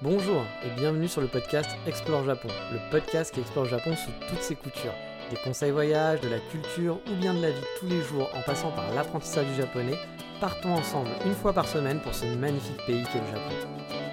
Bonjour et bienvenue sur le podcast Explore Japon, le podcast qui explore le Japon sous toutes ses coutures. Des conseils voyage, de la culture ou bien de la vie de tous les jours en passant par l'apprentissage du japonais, partons ensemble une fois par semaine pour ce magnifique pays qu'est le Japon.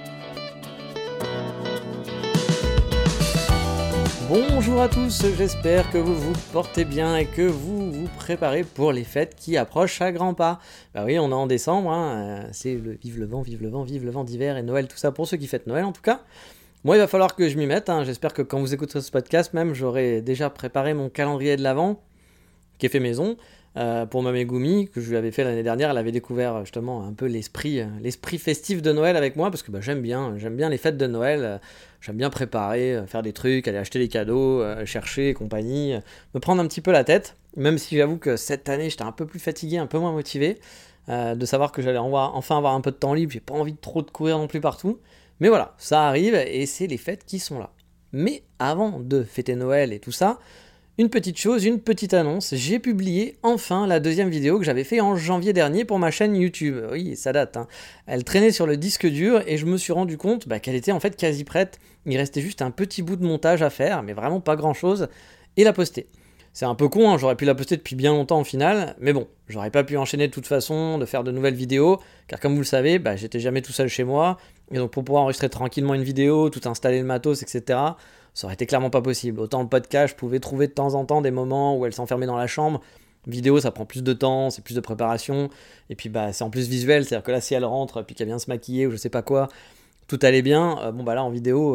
Bonjour à tous, j'espère que vous vous portez bien et que vous vous préparez pour les fêtes qui approchent à grands pas. Bah oui, on est en décembre, c'est le vive le vent d'hiver et Noël, tout ça pour ceux qui fêtent Noël en tout cas. Moi il va falloir que je m'y mette, j'espère que quand vous écouterez ce podcast même, j'aurai déjà préparé mon calendrier de l'Avent, qui est fait maison, pour ma Megumi, que je lui avais fait l'année dernière. Elle avait découvert justement un peu l'esprit festif de Noël avec moi, parce que j'aime bien les fêtes de Noël, j'aime bien préparer, faire des trucs, aller acheter des cadeaux, chercher et compagnie, me prendre un petit peu la tête, même si j'avoue que cette année j'étais un peu plus fatigué, un peu moins motivé, de savoir que j'allais enfin avoir un peu de temps libre, j'ai pas envie de trop de courir non plus partout, mais voilà, ça arrive et c'est les fêtes qui sont là. Mais avant de fêter Noël et tout ça, une petite annonce, j'ai publié enfin la deuxième vidéo que j'avais fait en janvier dernier pour ma chaîne YouTube. Oui, ça date, Elle traînait sur le disque dur et je me suis rendu compte qu'elle était en fait quasi prête. Il restait juste un petit bout de montage à faire, mais vraiment pas grand chose, et la poster. C'est un peu con, j'aurais pu la poster depuis bien longtemps au final, mais bon, j'aurais pas pu enchaîner de toute façon, de faire de nouvelles vidéos, car comme vous le savez, j'étais jamais tout seul chez moi, et donc pour pouvoir enregistrer tranquillement une vidéo, tout installer le matos, etc., ça aurait été clairement pas possible. Autant le podcast, je pouvais trouver de temps en temps des moments où elle s'enfermait dans la chambre. Vidéo, ça prend plus de temps, c'est plus de préparation. Et puis c'est en plus visuel, c'est-à-dire que là, si elle rentre, puis qu'elle vient se maquiller ou je sais pas quoi, tout allait bien. Là, en vidéo,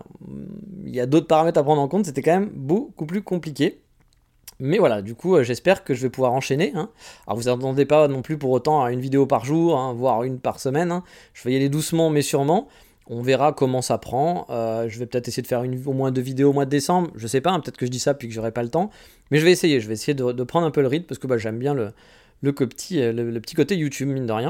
il y a d'autres paramètres à prendre en compte. C'était quand même beaucoup plus compliqué. Mais voilà, du coup, j'espère que je vais pouvoir enchaîner. Alors, vous n'attendez pas non plus pour autant à une vidéo par jour, voire une par semaine. Je vais y aller doucement, mais sûrement. On verra comment ça prend. Je vais peut-être essayer de faire au moins 2 vidéos au mois de décembre. Je sais pas, peut-être que je dis ça puis que j'aurai pas le temps. Mais je vais essayer de prendre un peu le rythme parce que j'aime bien le petit côté YouTube, mine de rien.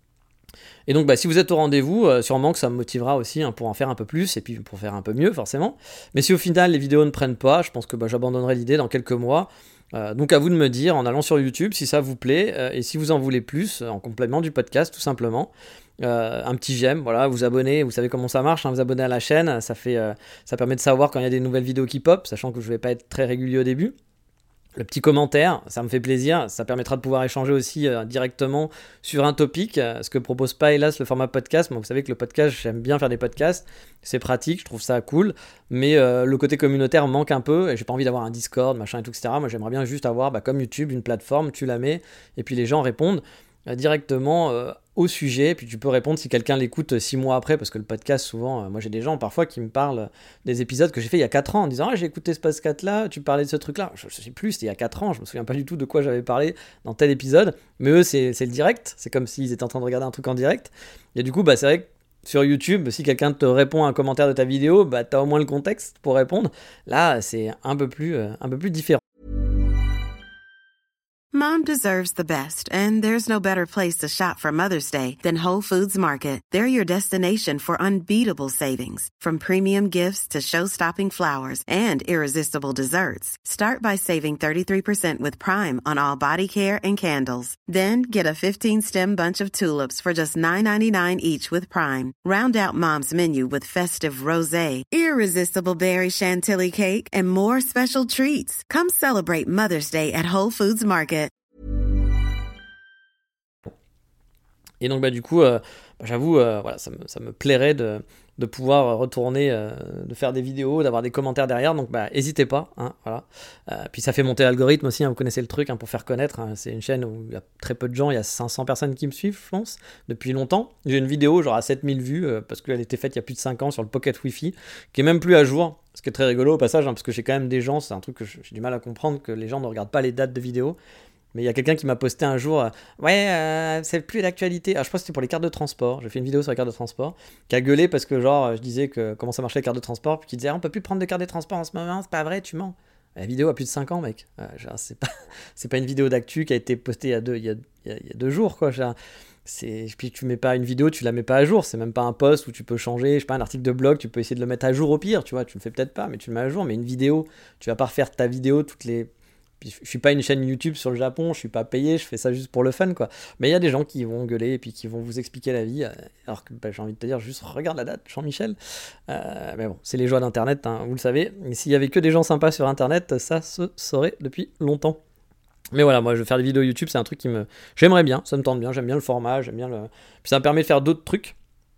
Et donc si vous êtes au rendez-vous, sûrement que ça me motivera aussi pour en faire un peu plus et puis pour faire un peu mieux forcément. Mais si au final les vidéos ne prennent pas, je pense que j'abandonnerai l'idée dans quelques mois. Donc à vous de me dire en allant sur YouTube si ça vous plaît et si vous en voulez plus en complément du podcast tout simplement. Un petit j'aime, vous abonnez, vous savez comment ça marche, vous abonnez à la chaîne, ça permet de savoir quand il y a des nouvelles vidéos qui pop, sachant que je vais pas être très régulier au début. Le petit commentaire, ça me fait plaisir, ça permettra de pouvoir échanger aussi directement sur un topic, ce que propose pas hélas le format podcast. Moi, vous savez que le podcast, j'aime bien faire des podcasts, c'est pratique, je trouve ça cool, mais le côté communautaire manque un peu, et j'ai pas envie d'avoir un Discord, machin et tout, etc. Moi, j'aimerais bien juste avoir, comme YouTube, une plateforme, tu la mets, et puis les gens répondent directement au sujet, puis tu peux répondre si quelqu'un l'écoute 6 mois après, parce que le podcast souvent, moi j'ai des gens parfois qui me parlent des épisodes que j'ai fait il y a 4 ans en disant j'ai écouté ce podcast là, tu parlais de ce truc là, je sais plus, c'était il y a 4 ans, je me souviens pas du tout de quoi j'avais parlé dans tel épisode, mais eux c'est le direct, c'est comme s'ils étaient en train de regarder un truc en direct, et du coup c'est vrai que sur YouTube, si quelqu'un te répond à un commentaire de ta vidéo, t'as au moins le contexte pour répondre, là c'est un peu plus différent. Mom deserves the best, and there's no better place to shop for Mother's Day than Whole Foods Market. They're your destination for unbeatable savings, from premium gifts to show-stopping flowers and irresistible desserts. Start by saving 33% with Prime on all body care and candles. Then get a 15-stem bunch of tulips for just $9.99 each with Prime. Round out Mom's menu with festive rosé, irresistible berry chantilly cake, and more special treats. Come celebrate Mother's Day at Whole Foods Market. Et donc du coup, j'avoue, ça me plairait de pouvoir retourner, de faire des vidéos, d'avoir des commentaires derrière. Donc n'hésitez pas, voilà. Puis ça fait monter l'algorithme aussi, vous connaissez le truc pour faire connaître. C'est une chaîne où il y a très peu de gens, il y a 500 personnes qui me suivent, je pense, depuis longtemps. J'ai une vidéo genre à 7000 vues parce qu'elle était faite il y a plus de 5 ans sur le Pocket Wi-Fi, qui est même plus à jour. Ce qui est très rigolo au passage, parce que j'ai quand même des gens, c'est un truc que j'ai du mal à comprendre, que les gens ne regardent pas les dates de vidéos. Mais il y a quelqu'un qui m'a posté un jour, c'est plus d'actualité. Je pense que c'était pour les cartes de transport. J'ai fait une vidéo sur les cartes de transport, qui a gueulé parce que je disais comment ça marchait les cartes de transport, puis qui disait on peut plus prendre de cartes de transport en ce moment, c'est pas vrai, tu mens. La vidéo a plus de 5 ans, mec. C'est pas une vidéo d'actu qui a été postée il y a 2 jours, quoi. Puis tu mets pas une vidéo, tu la mets pas à jour. C'est même pas un post où tu peux changer, je sais pas, un article de blog, tu peux essayer de le mettre à jour au pire, tu vois. Tu le fais peut-être pas, mais tu le mets à jour. Mais une vidéo, tu vas pas refaire ta vidéo Puis, je suis pas une chaîne YouTube sur le Japon, je suis pas payé, je fais ça juste pour le fun, quoi. Mais il y a des gens qui vont gueuler et puis qui vont vous expliquer la vie, alors que j'ai envie de te dire juste regarde la date, Jean-Michel. Mais bon, c'est les joies d'Internet, hein, vous le savez. Et s'il y avait que des gens sympas sur Internet, ça se saurait depuis longtemps. Mais voilà, moi je veux faire des vidéos YouTube, c'est un truc j'aimerais bien, ça me tente bien, j'aime bien le format, j'aime bien le... Puis ça me permet de faire d'autres trucs.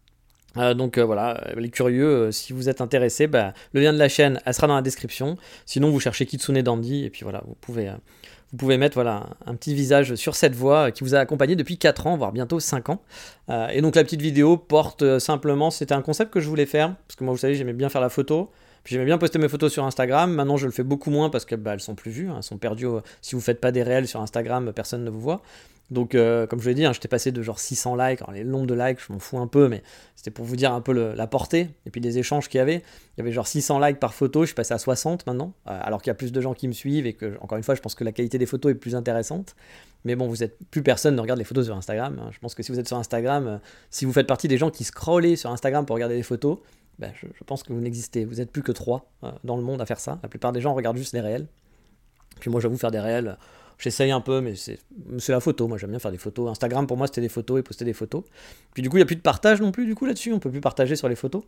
Donc voilà, les curieux, si vous êtes intéressés, le lien de la chaîne, elle sera dans la description. Sinon, vous cherchez Kitsune Dandy, et puis voilà, vous pouvez mettre voilà, un petit visage sur cette voix qui vous a accompagné depuis 4 ans, voire bientôt 5 ans. Et donc la petite vidéo porte simplement, c'était un concept que je voulais faire, parce que moi vous savez, j'aimais bien faire la photo. Puis j'aimais bien poster mes photos sur Instagram. Maintenant, je le fais beaucoup moins parce que elles sont plus vues, hein, elles sont perdues. Si vous faites pas des réels sur Instagram, personne ne vous voit. Donc, comme je l'ai dit, hein, j'étais passé de genre 600 likes. Alors, les nombres de likes, je m'en fous un peu, mais c'était pour vous dire un peu la portée et puis les échanges qu'il y avait. Il y avait genre 600 likes par photo. Je suis passé à 60 maintenant, alors qu'il y a plus de gens qui me suivent et que, encore une fois, je pense que la qualité des photos est plus intéressante. Mais bon, plus personne ne regarde les photos sur Instagram. Hein. Je pense que si vous êtes sur Instagram, si vous faites partie des gens qui scrollent sur Instagram pour regarder des photos, je pense que vous n'existez. Vous n'êtes plus que 3 dans le monde à faire ça. La plupart des gens regardent juste les réels. Puis moi, j'avoue faire des réels, j'essaye un peu, mais c'est la photo. Moi, j'aime bien faire des photos. Instagram, pour moi, c'était des photos et poster des photos. Puis du coup, il n'y a plus de partage non plus du coup là-dessus. On ne peut plus partager sur les photos.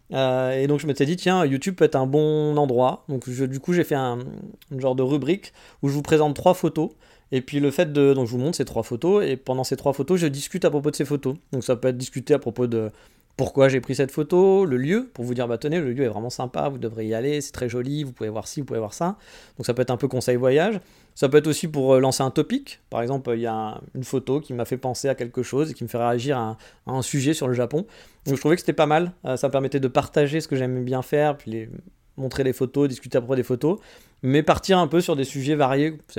Et donc, je m'étais dit, tiens, YouTube peut être un bon endroit. Donc, du coup, j'ai fait une genre de rubrique où je vous présente 3 photos. Et puis donc je vous montre ces 3 photos. Et pendant ces 3 photos, je discute à propos de ces photos. Donc, ça peut être discuté à propos de pourquoi j'ai pris cette photo, le lieu, pour vous dire, tenez, le lieu est vraiment sympa, vous devriez y aller, c'est très joli, vous pouvez voir ci, vous pouvez voir ça. Donc ça peut être un peu conseil voyage. Ça peut être aussi pour lancer un topic. Par exemple, il y a une photo qui m'a fait penser à quelque chose et qui me fait réagir à un sujet sur le Japon. Donc je trouvais que c'était pas mal. Ça me permettait de partager ce que j'aimais bien faire, puis montrer les photos, discuter à propos des photos, mais partir un peu sur des sujets variés. C'est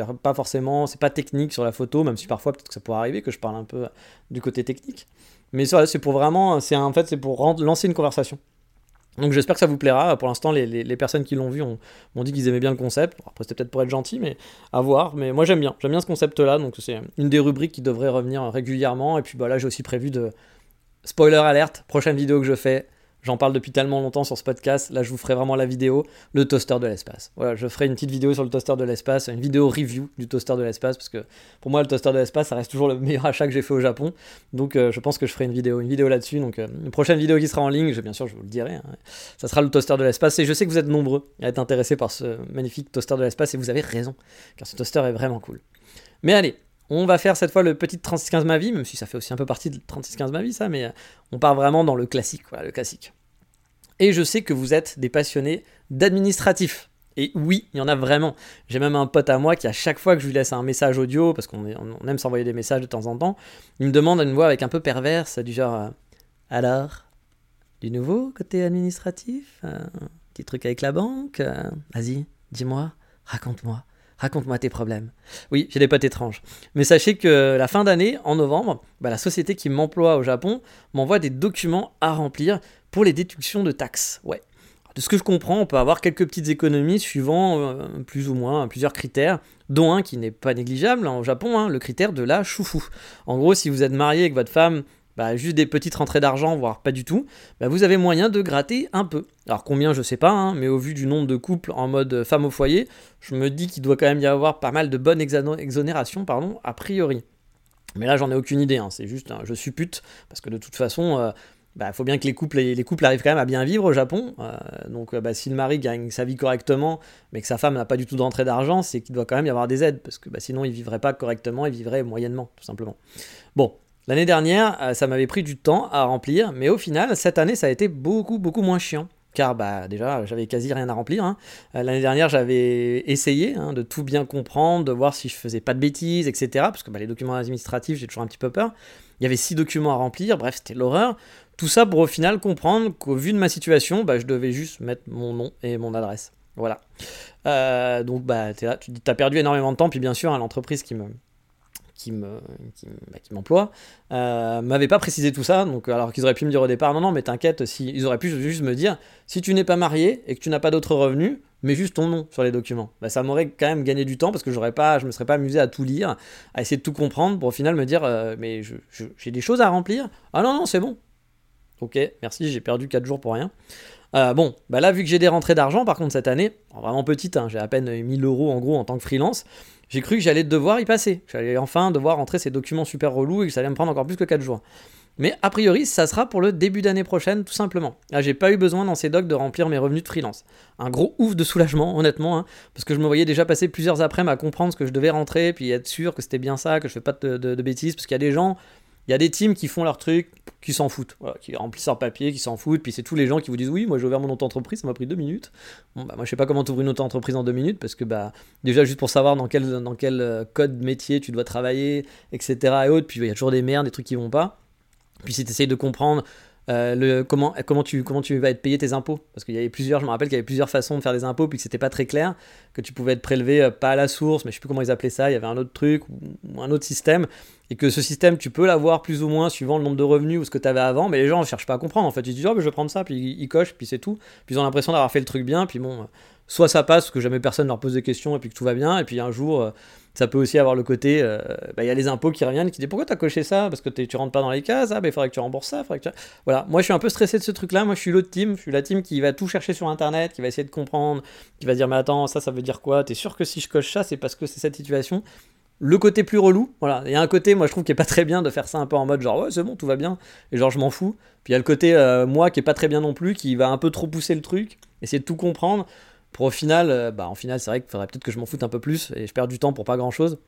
pas technique sur la photo, même si parfois peut-être que ça pourrait arriver que je parle un peu du côté technique. Mais ça, c'est pour vraiment, c'est pour lancer une conversation. Donc j'espère que ça vous plaira. Pour l'instant, les personnes qui l'ont vu m'ont dit qu'ils aimaient bien le concept. Après, c'était peut-être pour être gentil, mais à voir. Mais moi, j'aime bien ce concept-là. Donc c'est une des rubriques qui devrait revenir régulièrement. Et puis là, j'ai aussi prévu spoiler alerte, prochaine vidéo que je fais. J'en parle depuis tellement longtemps sur ce podcast. Là, je vous ferai vraiment la vidéo, le toaster de l'espace. Voilà, je ferai une petite vidéo sur le toaster de l'espace, une vidéo review du toaster de l'espace, parce que pour moi, le toaster de l'espace, ça reste toujours le meilleur achat que j'ai fait au Japon. Donc, je pense que je ferai une vidéo là-dessus. Donc, une prochaine vidéo qui sera en ligne, bien sûr, je vous le dirai. Hein. Ça sera le toaster de l'espace. Et je sais que vous êtes nombreux à être intéressés par ce magnifique toaster de l'espace, et vous avez raison, car ce toaster est vraiment cool. Mais allez, on va faire cette fois le petit 3615 ma vie, même si ça fait aussi un peu partie de 3615 ma vie, ça, mais on part vraiment dans le classique, voilà, le classique. Et je sais que vous êtes des passionnés d'administratif. Et oui, il y en a vraiment. J'ai même un pote à moi qui, à chaque fois que je lui laisse un message audio, parce qu'on aime s'envoyer des messages de temps en temps, il me demande à une voix avec un peu perverse, du genre alors, du nouveau côté administratif, petit truc avec la banque, vas-y, dis-moi, raconte-moi tes problèmes. Oui, j'ai des potes étranges. Mais sachez que la fin d'année, en novembre, la société qui m'emploie au Japon m'envoie des documents à remplir pour les déductions de taxes. Ouais. De ce que je comprends, on peut avoir quelques petites économies suivant plus ou moins plusieurs critères, dont un qui n'est pas négligeable au Japon, le critère de la choufou. En gros, si vous êtes marié avec votre femme, juste des petites rentrées d'argent, voire pas du tout, vous avez moyen de gratter un peu. Alors combien, je sais pas, mais au vu du nombre de couples en mode femme au foyer, je me dis qu'il doit quand même y avoir pas mal de bonnes exonérations, a priori. Mais là, j'en ai aucune idée, c'est juste, je suppute, parce que de toute façon... faut bien que les couples arrivent quand même à bien vivre au Japon. Donc si le mari gagne sa vie correctement, mais que sa femme n'a pas du tout d'entrée d'argent, c'est qu'il doit quand même y avoir des aides, parce que sinon il ne vivrait pas correctement, il vivrait moyennement, tout simplement. Bon, l'année dernière, ça m'avait pris du temps à remplir, mais au final, cette année, ça a été beaucoup, beaucoup moins chiant. Car déjà, j'avais quasi rien à remplir. L'année dernière, j'avais essayé de tout bien comprendre, de voir si je faisais pas de bêtises, etc. Parce que les documents administratifs, j'ai toujours un petit peu peur. Il y avait 6 documents à remplir, bref, c'était l'horreur. Tout ça pour au final comprendre qu'au vu de ma situation, je devais juste mettre mon nom et mon adresse. Voilà. Donc t'es là, tu te dis, t'as perdu énormément de temps, puis bien sûr, l'entreprise qui m'emploie m'avait pas précisé tout ça, donc alors qu'ils auraient pu me dire au départ non mais t'inquiète, ils auraient pu juste me dire si tu n'es pas marié et que tu n'as pas d'autres revenus, mais juste ton nom sur les documents, ça m'aurait quand même gagné du temps parce que je me serais pas amusé à tout lire, à essayer de tout comprendre pour au final me dire mais j'ai des choses à remplir, ah non c'est bon. Ok, merci, j'ai perdu 4 jours pour rien. Bon, bah là, vu que j'ai des rentrées d'argent, par contre, cette année, vraiment petites, hein, j'ai à peine 1000 euros en gros en tant que freelance, j'ai cru que j'allais devoir y passer. J'allais enfin devoir rentrer ces documents super relous et que ça allait me prendre encore plus que 4 jours. Mais a priori, ça sera pour le début d'année prochaine, tout simplement. Là, j'ai pas eu besoin dans ces docs de remplir mes revenus de freelance. Un gros ouf de soulagement, honnêtement, hein, parce que je me voyais déjà passer plusieurs après-midi à comprendre ce que je devais rentrer, puis être sûr que c'était bien ça, que je fais pas de bêtises, parce qu'il y a des gens, il y a des teams qui font leur truc, qui s'en foutent, voilà, qui remplissent leur papier, qui s'en foutent, puis c'est tous les gens qui vous disent oui, moi j'ai ouvert mon auto-entreprise, ça m'a pris 2 minutes. Bon, bah moi je sais pas comment t'ouvres une auto-entreprise en 2 minutes, parce que bah déjà juste pour savoir dans quel code métier tu dois travailler, etc. et autres, puis il y a toujours des merdes, des trucs qui vont pas. Puis si tu essayes de comprendre comment tu vas être payé tes impôts, parce qu'il y avait plusieurs, je me rappelle qu'il y avait plusieurs façons de faire des impôts, puis que c'était pas très clair, que tu pouvais être prélevé pas à la source, mais je sais plus comment ils appelaient ça, il y avait un autre truc ou un autre système, et que ce système tu peux l'avoir plus ou moins suivant le nombre de revenus ou ce que tu avais avant, mais les gens ne cherchent pas à comprendre en fait, ils disent oh mais je vais prendre ça, puis ils cochent, puis c'est tout, puis ils ont l'impression d'avoir fait le truc bien, puis bon, soit ça passe, parce que jamais personne leur pose des questions et puis que tout va bien, et puis un jour ça peut aussi avoir le côté, y a les impôts qui reviennent, qui disent pourquoi t'as coché ça, parce que tu rentres pas dans les cases, il faudrait que tu rembourses ça, Voilà, moi je suis un peu stressé de ce truc là, moi je suis l'autre team, je suis la team qui va tout chercher sur internet, qui va essayer de comprendre, qui va dire mais attends, ça veut dire quoi, t'es sûr que si je coche ça c'est parce que c'est cette situation. Le côté plus relou, voilà, il y a un côté moi je trouve qui est pas très bien de faire ça un peu en mode genre ouais c'est bon tout va bien, et genre je m'en fous, puis il y a le côté moi qui est pas très bien non plus, qui va un peu trop pousser le truc, essayer de tout comprendre, pour au final, en final c'est vrai qu'il faudrait peut-être que je m'en foute un peu plus, et je perds du temps pour pas grand chose.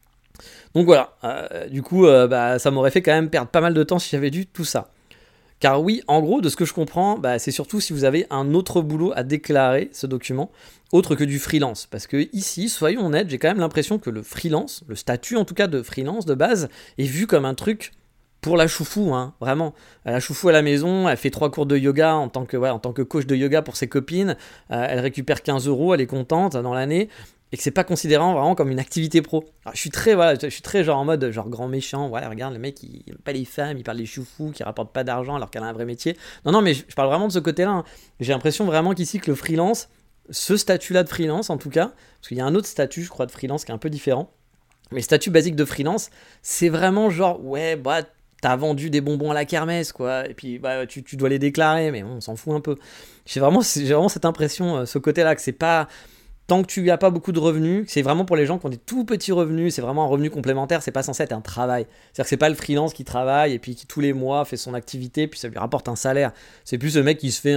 Donc voilà, du coup, ça m'aurait fait quand même perdre pas mal de temps si j'avais dû tout ça. Car oui, en gros, de ce que je comprends, c'est surtout si vous avez un autre boulot à déclarer, ce document, autre que du freelance. Parce que ici, soyons honnêtes, j'ai quand même l'impression que le freelance, le statut en tout cas de freelance de base, est vu comme un truc pour la choufou, hein, vraiment. La choufou à la maison, elle fait 3 cours de yoga en tant que coach de yoga pour ses copines, elle récupère 15 euros, elle est contente dans l'année, et que c'est pas considérant vraiment comme une activité pro. Alors, je suis très genre en mode genre grand méchant, voilà, regarde le mec il aime pas les femmes, il parle des choufous qui rapportent pas d'argent alors qu'elle a un vrai métier. Non mais je parle vraiment de ce côté-là, hein. J'ai l'impression vraiment qu'ici que le freelance, ce statut-là de freelance en tout cas, parce qu'il y a un autre statut je crois de freelance qui est un peu différent, mais le statut basique de freelance, c'est vraiment genre ouais t'as vendu des bonbons à la kermesse, quoi, et puis tu dois les déclarer, mais bon, on s'en fout un peu. J'ai vraiment cette impression, ce côté-là, que c'est pas... Tant que tu n'as pas beaucoup de revenus, c'est vraiment pour les gens qui ont des tout petits revenus, c'est vraiment un revenu complémentaire, c'est pas censé être un travail. C'est-à-dire que c'est pas le freelance qui travaille et puis qui tous les mois fait son activité, puis ça lui rapporte un salaire. C'est plus le mec qui se fait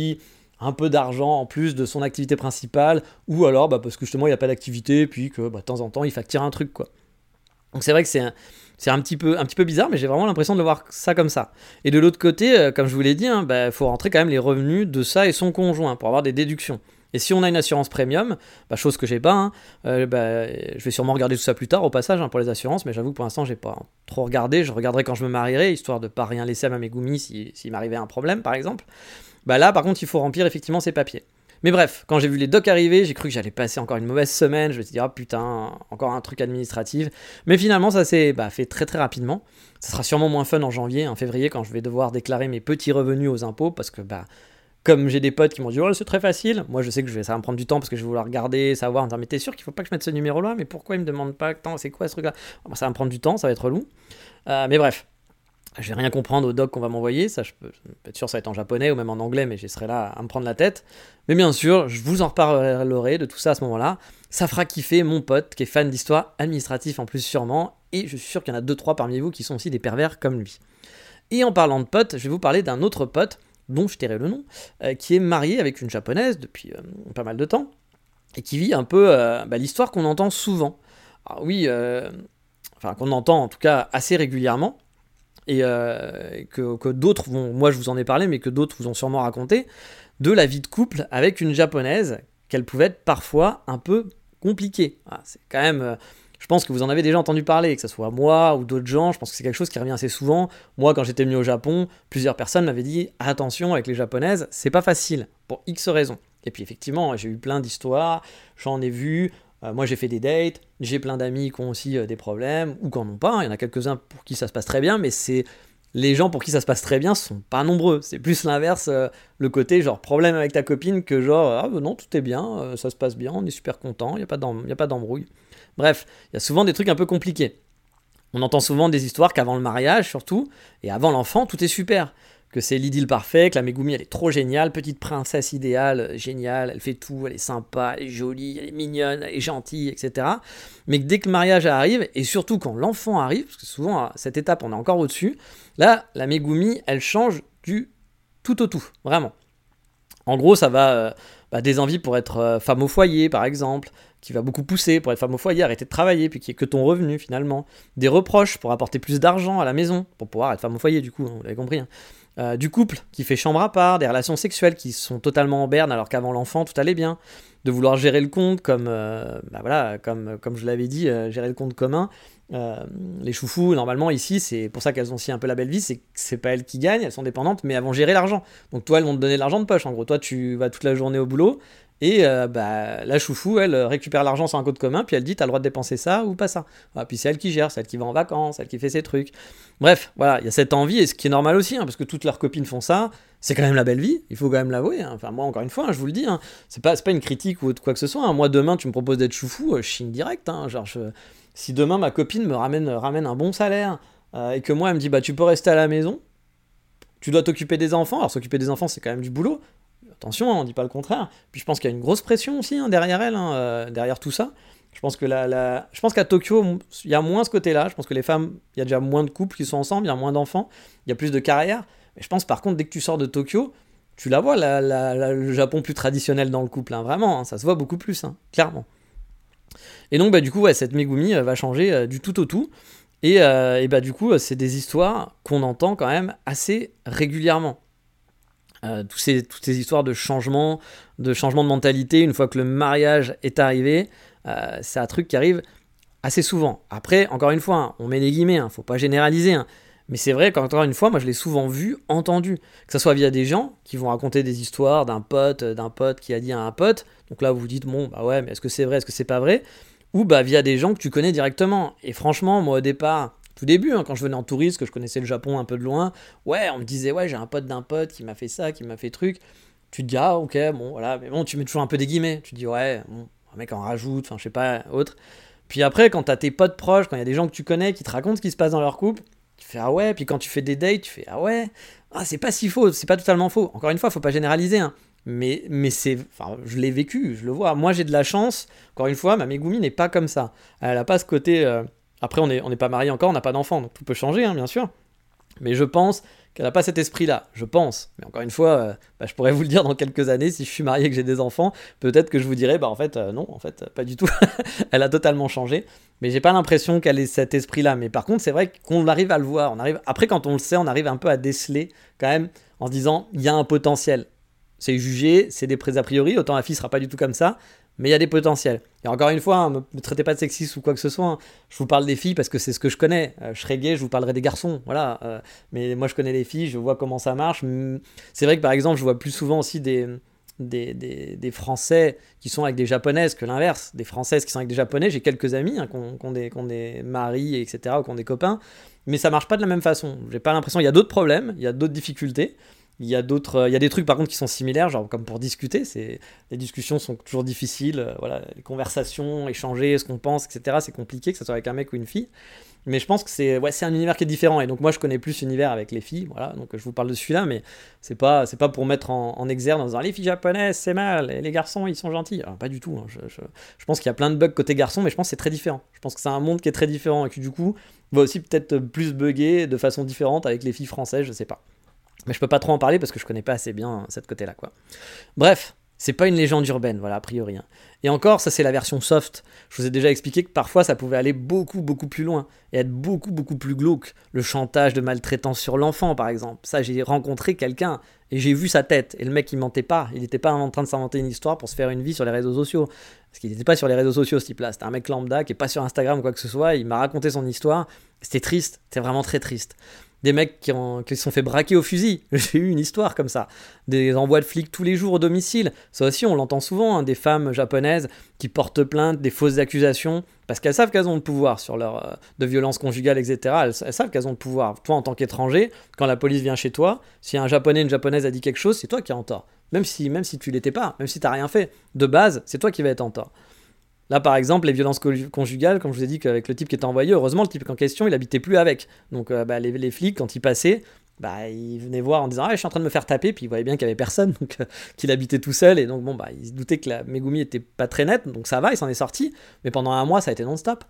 un peu d'argent en plus de son activité principale, ou alors parce que justement il n'y a pas d'activité, puis que de temps en temps il facture un truc, quoi. Donc c'est vrai que c'est un petit peu bizarre, mais j'ai vraiment l'impression de le voir ça comme ça. Et de l'autre côté, comme je vous l'ai dit, faut rentrer quand même les revenus de ça et son conjoint pour avoir des déductions. Et si on a une assurance premium, chose que j'ai pas, je vais sûrement regarder tout ça plus tard au passage pour les assurances, mais j'avoue que pour l'instant j'ai pas trop regardé, je regarderai quand je me marierai, histoire de pas rien laisser à ma Megumi s'il m'arrivait un problème par exemple. Là par contre il faut remplir effectivement ces papiers. Mais bref, quand j'ai vu les docs arriver, j'ai cru que j'allais passer encore une mauvaise semaine, je me suis dit ah putain, encore un truc administratif. Mais finalement ça s'est fait très très rapidement. Ça sera sûrement moins fun en janvier, en février, quand je vais devoir déclarer mes petits revenus aux impôts, parce que comme j'ai des potes qui m'ont dit oh c'est très facile, moi je sais que ça va me prendre du temps parce que je vais vouloir regarder, savoir, me dire mais t'es sûr qu'il faut pas que je mette ce numéro là, mais pourquoi il me demande pas, c'est quoi ce truc là, ça va me prendre du temps, ça va être relou, mais bref, je vais rien comprendre au doc qu'on va m'envoyer, ça je peux être sûr ça va être en japonais ou même en anglais, mais je serai là à me prendre la tête, mais bien sûr je vous en reparlerai de tout ça à ce moment là, ça fera kiffer mon pote qui est fan d'histoire administrative en plus sûrement, et je suis sûr qu'il y en a 2-3 parmi vous qui sont aussi des pervers comme lui. Et en parlant de potes, je vais vous parler d'un autre pote dont je tairai le nom, qui est marié avec une japonaise depuis pas mal de temps, et qui vit un peu l'histoire qu'on entend souvent. Alors oui, qu'on entend en tout cas assez régulièrement, et que d'autres vont, moi je vous en ai parlé, mais que d'autres vous ont sûrement raconté, de la vie de couple avec une japonaise, qu'elle pouvait être parfois un peu compliquée. C'est quand même... je pense que vous en avez déjà entendu parler, que ce soit moi ou d'autres gens, je pense que c'est quelque chose qui revient assez souvent. Moi, quand j'étais venu au Japon, plusieurs personnes m'avaient dit « Attention, avec les japonaises, c'est pas facile, pour X raisons. » Et puis effectivement, j'ai eu plein d'histoires, j'en ai vu, moi j'ai fait des dates, j'ai plein d'amis qui ont aussi des problèmes, ou qui n'en ont pas, il y en a quelques-uns pour qui ça se passe très bien, mais les gens pour qui ça se passe très bien sont pas nombreux. C'est plus l'inverse, le côté genre problème avec ta copine que genre « Ah non, tout est bien, ça se passe bien, on est super content, il n'y a pas d'embrouille. » Bref, il y a souvent des trucs un peu compliqués. On entend souvent des histoires qu'avant le mariage, surtout, et avant l'enfant, tout est super. que c'est l'idylle parfait, que la Megumi elle est trop géniale, petite princesse idéale, géniale, elle fait tout, elle est sympa, elle est jolie, elle est mignonne, elle est gentille, etc. Mais que dès que le mariage arrive, et surtout quand l'enfant arrive, parce que souvent à cette étape on est encore au-dessus, là la Megumi elle change du tout au tout, vraiment. En gros ça va des envies pour être femme au foyer par exemple, qui va beaucoup pousser pour être femme au foyer, arrêter de travailler, puis qui est que ton revenu finalement. Des reproches pour apporter plus d'argent à la maison, pour pouvoir être femme au foyer du coup, vous l'avez compris. Du couple qui fait chambre à part, des relations sexuelles qui sont totalement en berne alors qu'avant l'enfant tout allait bien, de vouloir gérer le compte comme je l'avais dit, gérer le compte commun. Les choufous, normalement ici, c'est pour ça qu'elles ont aussi un peu la belle vie, c'est que c'est pas elles qui gagnent, elles sont dépendantes, mais elles vont gérer l'argent. Donc toi, elles vont te donner de l'argent de poche. En gros, toi, tu vas toute la journée au boulot, et la choufou, elle récupère l'argent sur un compte commun, puis elle dit, t'as le droit de dépenser ça ou pas ça. Voilà, puis c'est elle qui gère, c'est elle qui va en vacances, c'est elle qui fait ses trucs. Bref, voilà, il y a cette envie, et ce qui est normal aussi, parce que toutes leurs copines font ça, c'est quand même la belle vie, il faut quand même l'avouer. Enfin, moi, encore une fois, je vous le dis, c'est pas une critique ou quoi que ce soit. Moi, demain, tu me proposes d'être choufou, je signe direct. Si demain, ma copine me ramène un bon salaire, et que moi, elle me dit, bah, tu peux rester à la maison, tu dois t'occuper des enfants. Alors, s'occuper des enfants, c'est quand même du boulot. Attention, on dit pas le contraire. Puis je pense qu'il y a une grosse pression aussi derrière elle, derrière tout ça. Je pense qu'à Tokyo, il y a moins ce côté-là. Je pense que les femmes, il y a déjà moins de couples qui sont ensemble, il y a moins d'enfants, il y a plus de carrière. Mais je pense par contre, dès que tu sors de Tokyo, tu la vois, le Japon plus traditionnel dans le couple, vraiment, ça se voit beaucoup plus, clairement. Et donc, du coup, cette Megumi va changer du tout au tout. Et du coup, c'est des histoires qu'on entend quand même assez régulièrement. Toutes ces histoires de changement de mentalité une fois que le mariage est arrivé, c'est un truc qui arrive assez souvent. Après, encore une fois, on met des guillemets, faut pas généraliser, mais c'est vrai qu'encore une fois, moi je l'ai souvent vu, entendu, que ce soit via des gens qui vont raconter des histoires d'un pote qui a dit à un pote, donc là vous vous dites, bon, bah ouais, mais est-ce que c'est vrai, est-ce que c'est pas vrai, ou via des gens que tu connais directement. Et franchement, moi au départ, tout début, quand je venais en touriste, que je connaissais le Japon un peu de loin, ouais, on me disait, ouais, j'ai un pote d'un pote qui m'a fait ça, qui m'a fait truc. Tu te dis, ah, ok, bon, voilà, mais bon, tu mets toujours un peu des guillemets. Tu te dis, ouais, bon, un mec en rajoute, enfin, je sais pas, autre. Puis après, quand t'as tes potes proches, quand il y a des gens que tu connais qui te racontent ce qui se passe dans leur couple, tu fais, ah ouais, puis quand tu fais des dates, tu fais, ah ouais, c'est pas si faux, c'est pas totalement faux. Encore une fois, faut pas généraliser, Mais je l'ai vécu, je le vois. Moi, j'ai de la chance. Encore une fois, ma Megumi n'est pas comme ça. Elle a pas ce côté. Après, on n'est pas mariés encore, on n'a pas d'enfant, donc tout peut changer, bien sûr. Mais je pense qu'elle n'a pas cet esprit-là. Je pense. Mais encore une fois, je pourrais vous le dire dans quelques années, si je suis marié et que j'ai des enfants, peut-être que je vous dirai, non, en fait, pas du tout. Elle a totalement changé. Mais j'ai pas l'impression qu'elle ait cet esprit-là. Mais par contre, c'est vrai qu'on arrive à le voir. Après, quand on le sait, on arrive un peu à déceler quand même en se disant, il y a un potentiel. C'est jugé, c'est des a priori, autant la fille sera pas du tout comme ça, mais il y a des potentiels. Et encore une fois, me traitez pas de sexiste ou quoi que ce soit, je vous parle des filles parce que c'est ce que je connais. Je serais gay, je vous parlerai des garçons, voilà. Mais moi je connais les filles, je vois comment ça marche. C'est vrai que par exemple, je vois plus souvent aussi des Français qui sont avec des Japonaises que l'inverse. Des Françaises qui sont avec des Japonais, j'ai quelques amis qui ont des maris, etc., ou qui ont des copains, mais ça marche pas de la même façon. J'ai pas l'impression, il y a d'autres problèmes, il y a d'autres difficultés. Il y a des trucs par contre qui sont similaires, genre comme pour discuter, les discussions sont toujours difficiles, voilà, les conversations, échanger ce qu'on pense, etc. C'est compliqué que ce soit avec un mec ou une fille. Mais je pense que c'est un univers qui est différent. Et donc moi je connais plus l'univers avec les filles, voilà. Donc je vous parle de celui-là, mais c'est pas pour mettre en exergue en disant les filles japonaises c'est mal, et les garçons ils sont gentils. Alors, pas du tout. Je pense qu'il y a plein de bugs côté garçon, mais je pense que c'est très différent. Je pense que c'est un monde qui est très différent et qui du coup va aussi peut-être plus bugger de façon différente avec les filles françaises, je sais pas. Mais je peux pas trop en parler parce que je connais pas assez bien cette côté-là, quoi. Bref, c'est pas une légende urbaine, voilà, a priori. Et encore, ça c'est la version soft. Je vous ai déjà expliqué que parfois ça pouvait aller beaucoup, beaucoup plus loin et être beaucoup, beaucoup plus glauque. Le chantage de maltraitance sur l'enfant, par exemple. Ça, j'ai rencontré quelqu'un et j'ai vu sa tête. Et le mec, il mentait pas. Il était pas en train de s'inventer une histoire pour se faire une vie sur les réseaux sociaux. Parce qu'il n'était pas sur les réseaux sociaux, ce type-là. C'était un mec lambda qui est pas sur Instagram ou quoi que ce soit. Il m'a raconté son histoire. C'était triste. C'était vraiment très triste. Des mecs qui se sont fait braquer au fusil. J'ai eu une histoire comme ça. Des envois de flics tous les jours au domicile. Ça aussi, on l'entend souvent, des femmes japonaises qui portent plainte, des fausses accusations, parce qu'elles savent qu'elles ont le pouvoir sur leur de violence conjugale, etc. Elles savent qu'elles ont le pouvoir. Toi, en tant qu'étranger, quand la police vient chez toi, si un japonais, une japonaise a dit quelque chose, c'est toi qui es en tort. Même si tu l'étais pas, même si t'as rien fait. De base, c'est toi qui vas être en tort. Là, par exemple, les violences conjugales, comme je vous ai dit qu'avec le type qui était envoyé, heureusement, le type en question, il habitait plus avec. Donc, les flics, quand ils passaient, bah, il venait voir en disant je suis en train de me faire taper, puis il voyait bien qu'il y avait personne, donc qu'il habitait tout seul, et donc bon bah il se doutait que la Megumi était pas très nette, donc ça va, il s'en est sorti, mais pendant un mois ça a été non-stop.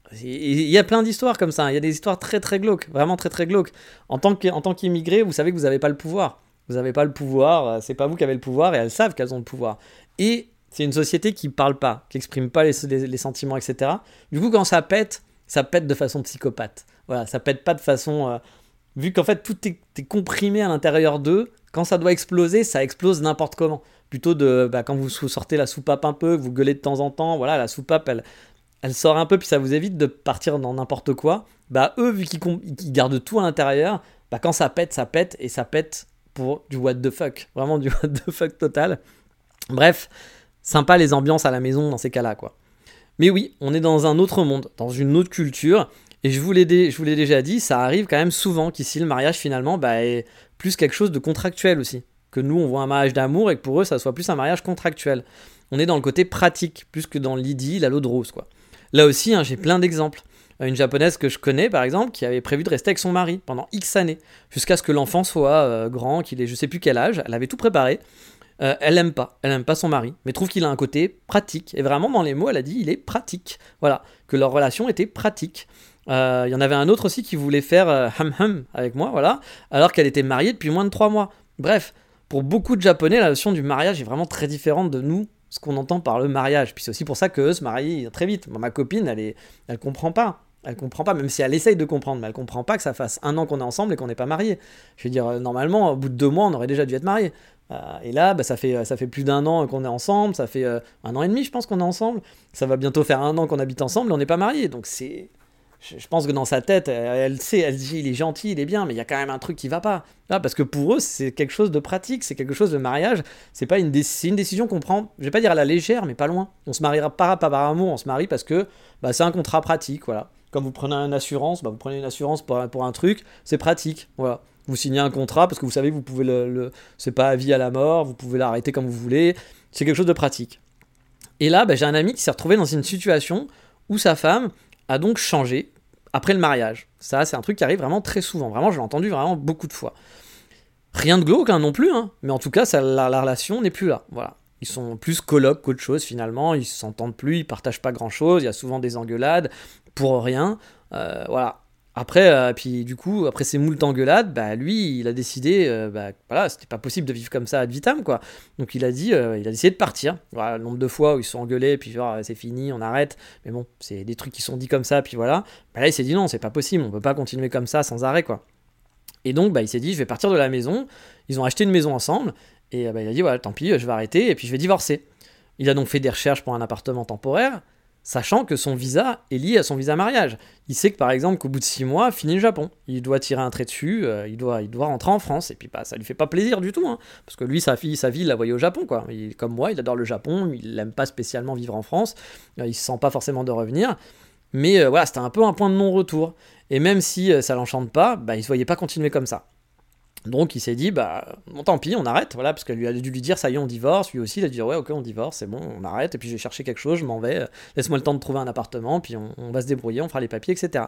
Il y a plein d'histoires comme ça, il y a des histoires très très glauques, vraiment très très glauques. En tant qu'immigré, vous savez que vous n'avez pas le pouvoir. Vous n'avez pas le pouvoir, c'est pas vous qui avez le pouvoir, et elles savent qu'elles ont le pouvoir. Et c'est une société qui parle pas, qui exprime pas les sentiments, etc. Du coup, quand ça pète de façon psychopathe. Voilà, ça pète pas de façon... vu qu'en fait, tout est comprimé à l'intérieur d'eux, quand ça doit exploser, ça explose n'importe comment. Plutôt quand vous sortez la soupape un peu, que vous gueulez de temps en temps, voilà, la soupape, elle sort un peu, puis ça vous évite de partir dans n'importe quoi. Bah eux, vu qu'ils gardent tout à l'intérieur, bah quand ça pète, et ça pète pour du what the fuck. Vraiment du what the fuck total. Bref, sympa les ambiances à la maison dans ces cas-là, quoi. Mais oui, on est dans un autre monde, dans une autre culture, et je vous l'ai déjà dit, ça arrive quand même souvent qu'ici le mariage finalement est plus quelque chose de contractuel aussi. Que nous on voit un mariage d'amour et que pour eux ça soit plus un mariage contractuel. On est dans le côté pratique, plus que dans l'idylle à l'eau de rose, quoi. Là aussi, j'ai plein d'exemples. Une japonaise que je connais par exemple, qui avait prévu de rester avec son mari pendant X années, jusqu'à ce que l'enfant soit grand, qu'il ait je sais plus quel âge, elle avait tout préparé. Elle aime pas son mari, mais trouve qu'il a un côté pratique. Et vraiment, dans les mots, elle a dit il est pratique. Voilà, que leur relation était pratique. Il y en avait un autre aussi qui voulait faire ham avec moi, voilà, alors qu'elle était mariée depuis moins de 3 mois. Bref, pour beaucoup de Japonais, la notion du mariage est vraiment très différente de nous, ce qu'on entend par le mariage. Puis c'est aussi pour ça qu'eux se marient très vite. Ma copine, elle comprend pas. Elle comprend pas, même si elle essaye de comprendre, mais elle comprend pas que ça fasse 1 an qu'on est ensemble et qu'on n'est pas mariés. Je veux dire, normalement, au bout de 2 mois, on aurait déjà dû être mariés. Et là, ça fait plus d'1 an qu'on est ensemble, ça fait 1 an et demi, je pense qu'on est ensemble. Ça va bientôt faire 1 an qu'on habite ensemble et on n'est pas mariés. Donc c'est... Je pense que dans sa tête, elle sait, elle dit il est gentil, il est bien, mais il y a quand même un truc qui va pas. Là, parce que pour eux, c'est quelque chose de pratique, c'est quelque chose de mariage. C'est une décision qu'on prend, je vais pas dire à la légère, mais pas loin. On se mariera pas par amour, on se marie parce que c'est un contrat pratique, voilà. Comme vous prenez une assurance, vous prenez une assurance pour un truc, c'est pratique, voilà. Vous signez un contrat parce que vous savez que vous pouvez c'est pas à vie à la mort, vous pouvez l'arrêter comme vous voulez. C'est quelque chose de pratique. Et là, j'ai un ami qui s'est retrouvé dans une situation où sa femme a donc changé après le mariage. Ça, c'est un truc qui arrive vraiment très souvent. Vraiment, je l'ai entendu vraiment beaucoup de fois. Rien de glauque non plus, mais en tout cas, la relation n'est plus là. Voilà. Ils sont plus colocs qu'autre chose finalement. Ils s'entendent plus, ils partagent pas grand-chose. Il y a souvent des engueulades pour rien. Voilà. Après, puis du coup, après ces moult engueulades, lui, il a décidé, voilà, c'était pas possible de vivre comme ça ad vitam, quoi. Donc il a décidé de partir. Voilà, le nombre de fois où ils se sont engueulés, puis genre, c'est fini, on arrête. Mais bon, c'est des trucs qui sont dits comme ça, puis voilà. Là, il s'est dit non, c'est pas possible, on peut pas continuer comme ça sans arrêt, quoi. Et donc, il s'est dit, je vais partir de la maison. Ils ont acheté une maison ensemble, et il a dit, voilà, tant pis, je vais arrêter, et puis je vais divorcer. Il a donc fait des recherches pour un appartement temporaire, sachant que son visa est lié à son visa mariage. Il sait que par exemple qu'au bout de 6 mois, fini le Japon. Il doit tirer un trait dessus, il doit rentrer en France, et puis ça lui fait pas plaisir du tout, parce que lui, sa vie, il la voyait au Japon, quoi. Comme moi, il adore le Japon, il n'aime pas spécialement vivre en France, il se sent pas forcément de revenir, mais voilà, c'était un peu un point de non-retour. Et même si ça l'enchante pas, il se voyait pas continuer comme ça. Donc il s'est dit, bon tant pis, on arrête, voilà, parce qu'elle lui a dû lui dire, ça y est, on divorce, lui aussi, il a dit, ouais, ok, on divorce, c'est bon, on arrête, et puis je vais chercher quelque chose, je m'en vais, laisse-moi le temps de trouver un appartement, puis on va se débrouiller, on fera les papiers, etc.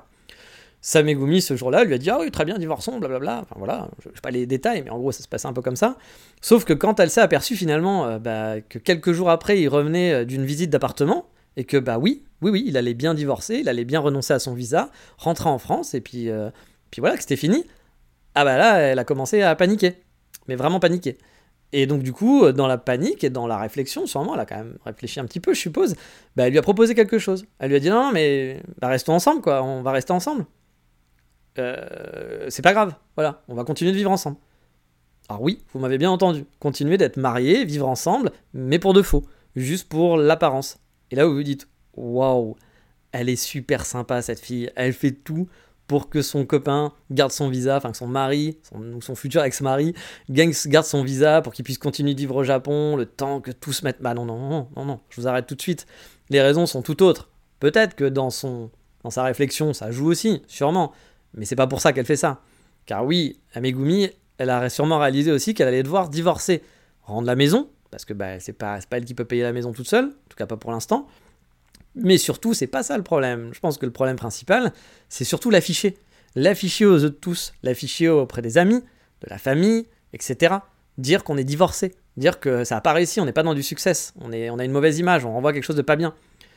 Sa Megumi, ce jour-là, lui a dit, ah oui, très bien, divorçons, blablabla, enfin voilà, je sais pas les détails, mais en gros, ça se passait un peu comme ça. Sauf que quand elle s'est aperçue finalement que quelques jours après, il revenait d'une visite d'appartement, et que oui, il allait bien divorcer, il allait bien renoncer à son visa, rentrer en France, et puis voilà, que c'était fini. Ah là, elle a commencé à paniquer. Mais vraiment paniquer. Et donc du coup, dans la panique et dans la réflexion, sûrement, elle a quand même réfléchi un petit peu, je suppose, elle lui a proposé quelque chose. Elle lui a dit, non, mais restons ensemble, quoi, on va rester ensemble. C'est pas grave, voilà, on va continuer de vivre ensemble. Alors oui, vous m'avez bien entendu, continuer d'être mariés, vivre ensemble, mais pour de faux, juste pour l'apparence. Et là, vous vous dites, waouh, elle est super sympa cette fille, elle fait tout pour que son copain garde son visa, enfin que son mari, ou son futur ex-mari, garde son visa pour qu'il puisse continuer de vivre au Japon, le temps que tout se mette... non, je vous arrête tout de suite. Les raisons sont tout autres. Peut-être que dans sa réflexion, ça joue aussi, sûrement, mais c'est pas pour ça qu'elle fait ça. Car oui, Megumi, elle a sûrement réalisé aussi qu'elle allait devoir divorcer, rendre la maison, parce que c'est pas elle qui peut payer la maison toute seule, en tout cas pas pour l'instant. Mais surtout, c'est pas ça le problème. Je pense que le problème principal, c'est surtout l'afficher. L'afficher aux yeux de tous, l'afficher auprès des amis, de la famille, etc. Dire qu'on est divorcé, dire que ça n'a pas réussi, on n'est pas dans du succès, on a une mauvaise image, on renvoie quelque chose de pas bien.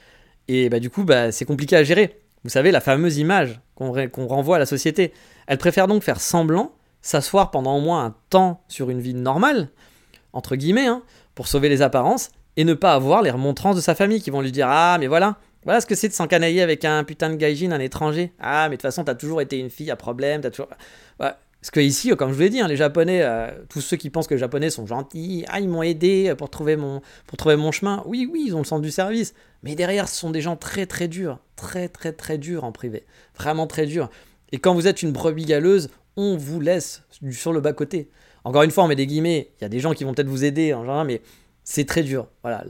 Et du coup, c'est compliqué à gérer. Vous savez, la fameuse image qu'on renvoie à la société. Elle préfère donc faire semblant, s'asseoir pendant au moins un temps sur une vie normale, entre guillemets, pour sauver les apparences, et ne pas avoir les remontrances de sa famille qui vont lui dire « Ah, mais voilà ce que c'est de s'encanailler avec un putain de gaijin, un étranger. Ah, mais de toute façon, t'as toujours été une fille à problème, t'as toujours... » Parce que ici, comme je vous l'ai dit, les Japonais, tous ceux qui pensent que les Japonais sont gentils, ils m'ont aidé pour trouver mon chemin. Oui, ils ont le sens du service. Mais derrière, ce sont des gens très très durs, très très très durs en privé. Vraiment très durs. Et quand vous êtes une brebis galeuse, on vous laisse sur le bas-côté. Encore une fois, on met des guillemets, il y a des gens qui vont peut-être vous aider, en genre, mais c'est très dur. Voilà,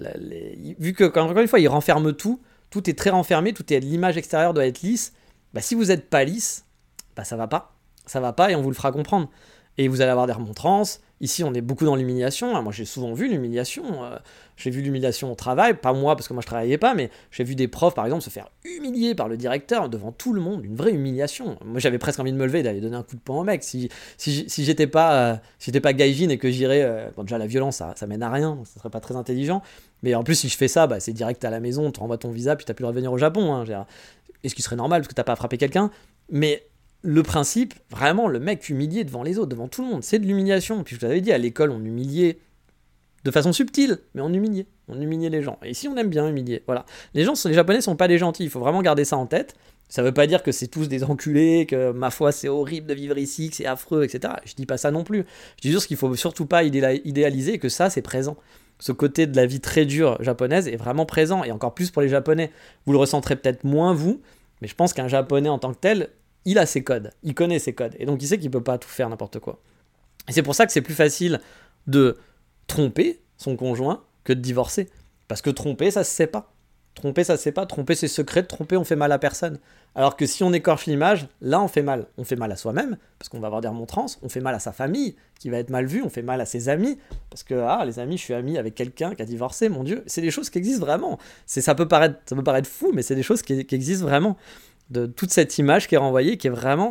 vu que, encore une fois, ils renferment tout est très renfermé, l'image extérieure doit être lisse. Si vous n'êtes pas lisse, ça va pas. Ça va pas et on vous le fera comprendre. Et vous allez avoir des remontrances. Ici, on est beaucoup dans l'humiliation. Moi, j'ai souvent vu l'humiliation. J'ai vu l'humiliation au travail. Pas moi, parce que moi, je travaillais pas, mais j'ai vu des profs, par exemple, se faire humilier par le directeur devant tout le monde. Une vraie humiliation. Moi, j'avais presque envie de me lever et d'aller donner un coup de poing au mec. Si j'étais pas gaijin et que j'irais... déjà, la violence, ça mène à rien. Ça serait pas très intelligent. Mais en plus, si je fais ça, c'est direct à la maison. On te renvoie ton visa, puis t'as plus le droit de revenir au Japon. Et ce qui serait normal, parce que t'as pas frappé quelqu'un. Mais... le principe, vraiment, le mec humilié devant les autres, devant tout le monde, c'est de l'humiliation. Puis je vous avais dit, à l'école, on humiliait de façon subtile, mais on humiliait les gens. Et ici, on aime bien humilier, voilà. Les Japonais sont pas des gentils, il faut vraiment garder ça en tête. Ça veut pas dire que c'est tous des enculés, que ma foi, c'est horrible de vivre ici, que c'est affreux, etc. Je dis pas ça non plus. Je dis juste qu'il faut surtout pas idéaliser et que ça, c'est présent. Ce côté de la vie très dure japonaise est vraiment présent, et encore plus pour les Japonais. Vous le ressentirez peut-être moins, vous, mais je pense qu'un Japonais en tant que tel... il a ses codes, il connaît ses codes, et donc il sait qu'il peut pas tout faire n'importe quoi. Et c'est pour ça que c'est plus facile de tromper son conjoint que de divorcer. Parce que tromper, ça se sait pas. Tromper, c'est secret, tromper, on fait mal à personne. Alors que si on écorche l'image, là on fait mal. On fait mal à soi-même, parce qu'on va avoir des remontrances, on fait mal à sa famille, qui va être mal vue, on fait mal à ses amis, parce que, les amis, je suis ami avec quelqu'un qui a divorcé, mon Dieu, c'est des choses qui existent vraiment. Ça peut paraître fou, mais c'est des choses qui existent vraiment. De toute cette image qui est renvoyée, qui est vraiment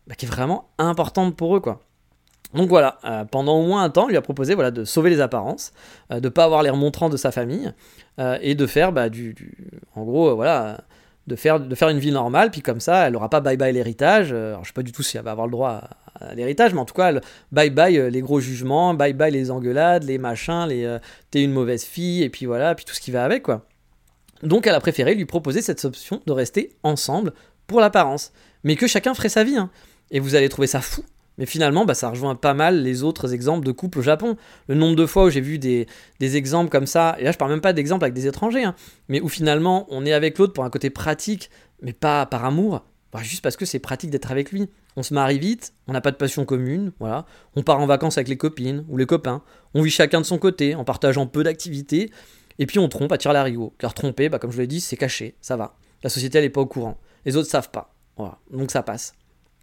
importante pour eux, quoi. Donc voilà, pendant au moins un temps, il lui a proposé de sauver les apparences, de pas avoir les remontrances de sa famille, et de faire en gros, de faire une vie normale, puis comme ça, elle aura pas bye bye l'héritage. Alors je sais pas du tout si elle va avoir le droit à l'héritage, mais en tout cas, bye bye les gros jugements, bye bye les engueulades, les machins, t'es une mauvaise fille, et puis voilà, puis tout ce qui va avec, quoi. Donc elle a préféré lui proposer cette option de rester ensemble pour l'apparence. Mais que chacun ferait sa vie. Et vous allez trouver ça fou. Mais finalement, ça rejoint pas mal les autres exemples de couples au Japon. Le nombre de fois où j'ai vu des exemples comme ça, et là je parle même pas d'exemples avec des étrangers, mais où finalement on est avec l'autre pour un côté pratique, mais pas par amour, juste parce que c'est pratique d'être avec lui. On se marie vite, on n'a pas de passion commune, voilà. On part en vacances avec les copines ou les copains, on vit chacun de son côté en partageant peu d'activités. Et puis on trompe à tire-larigot, car tromper, comme je vous l'ai dit, c'est caché, ça va. La société, elle n'est pas au courant. Les autres savent pas. Voilà, donc ça passe.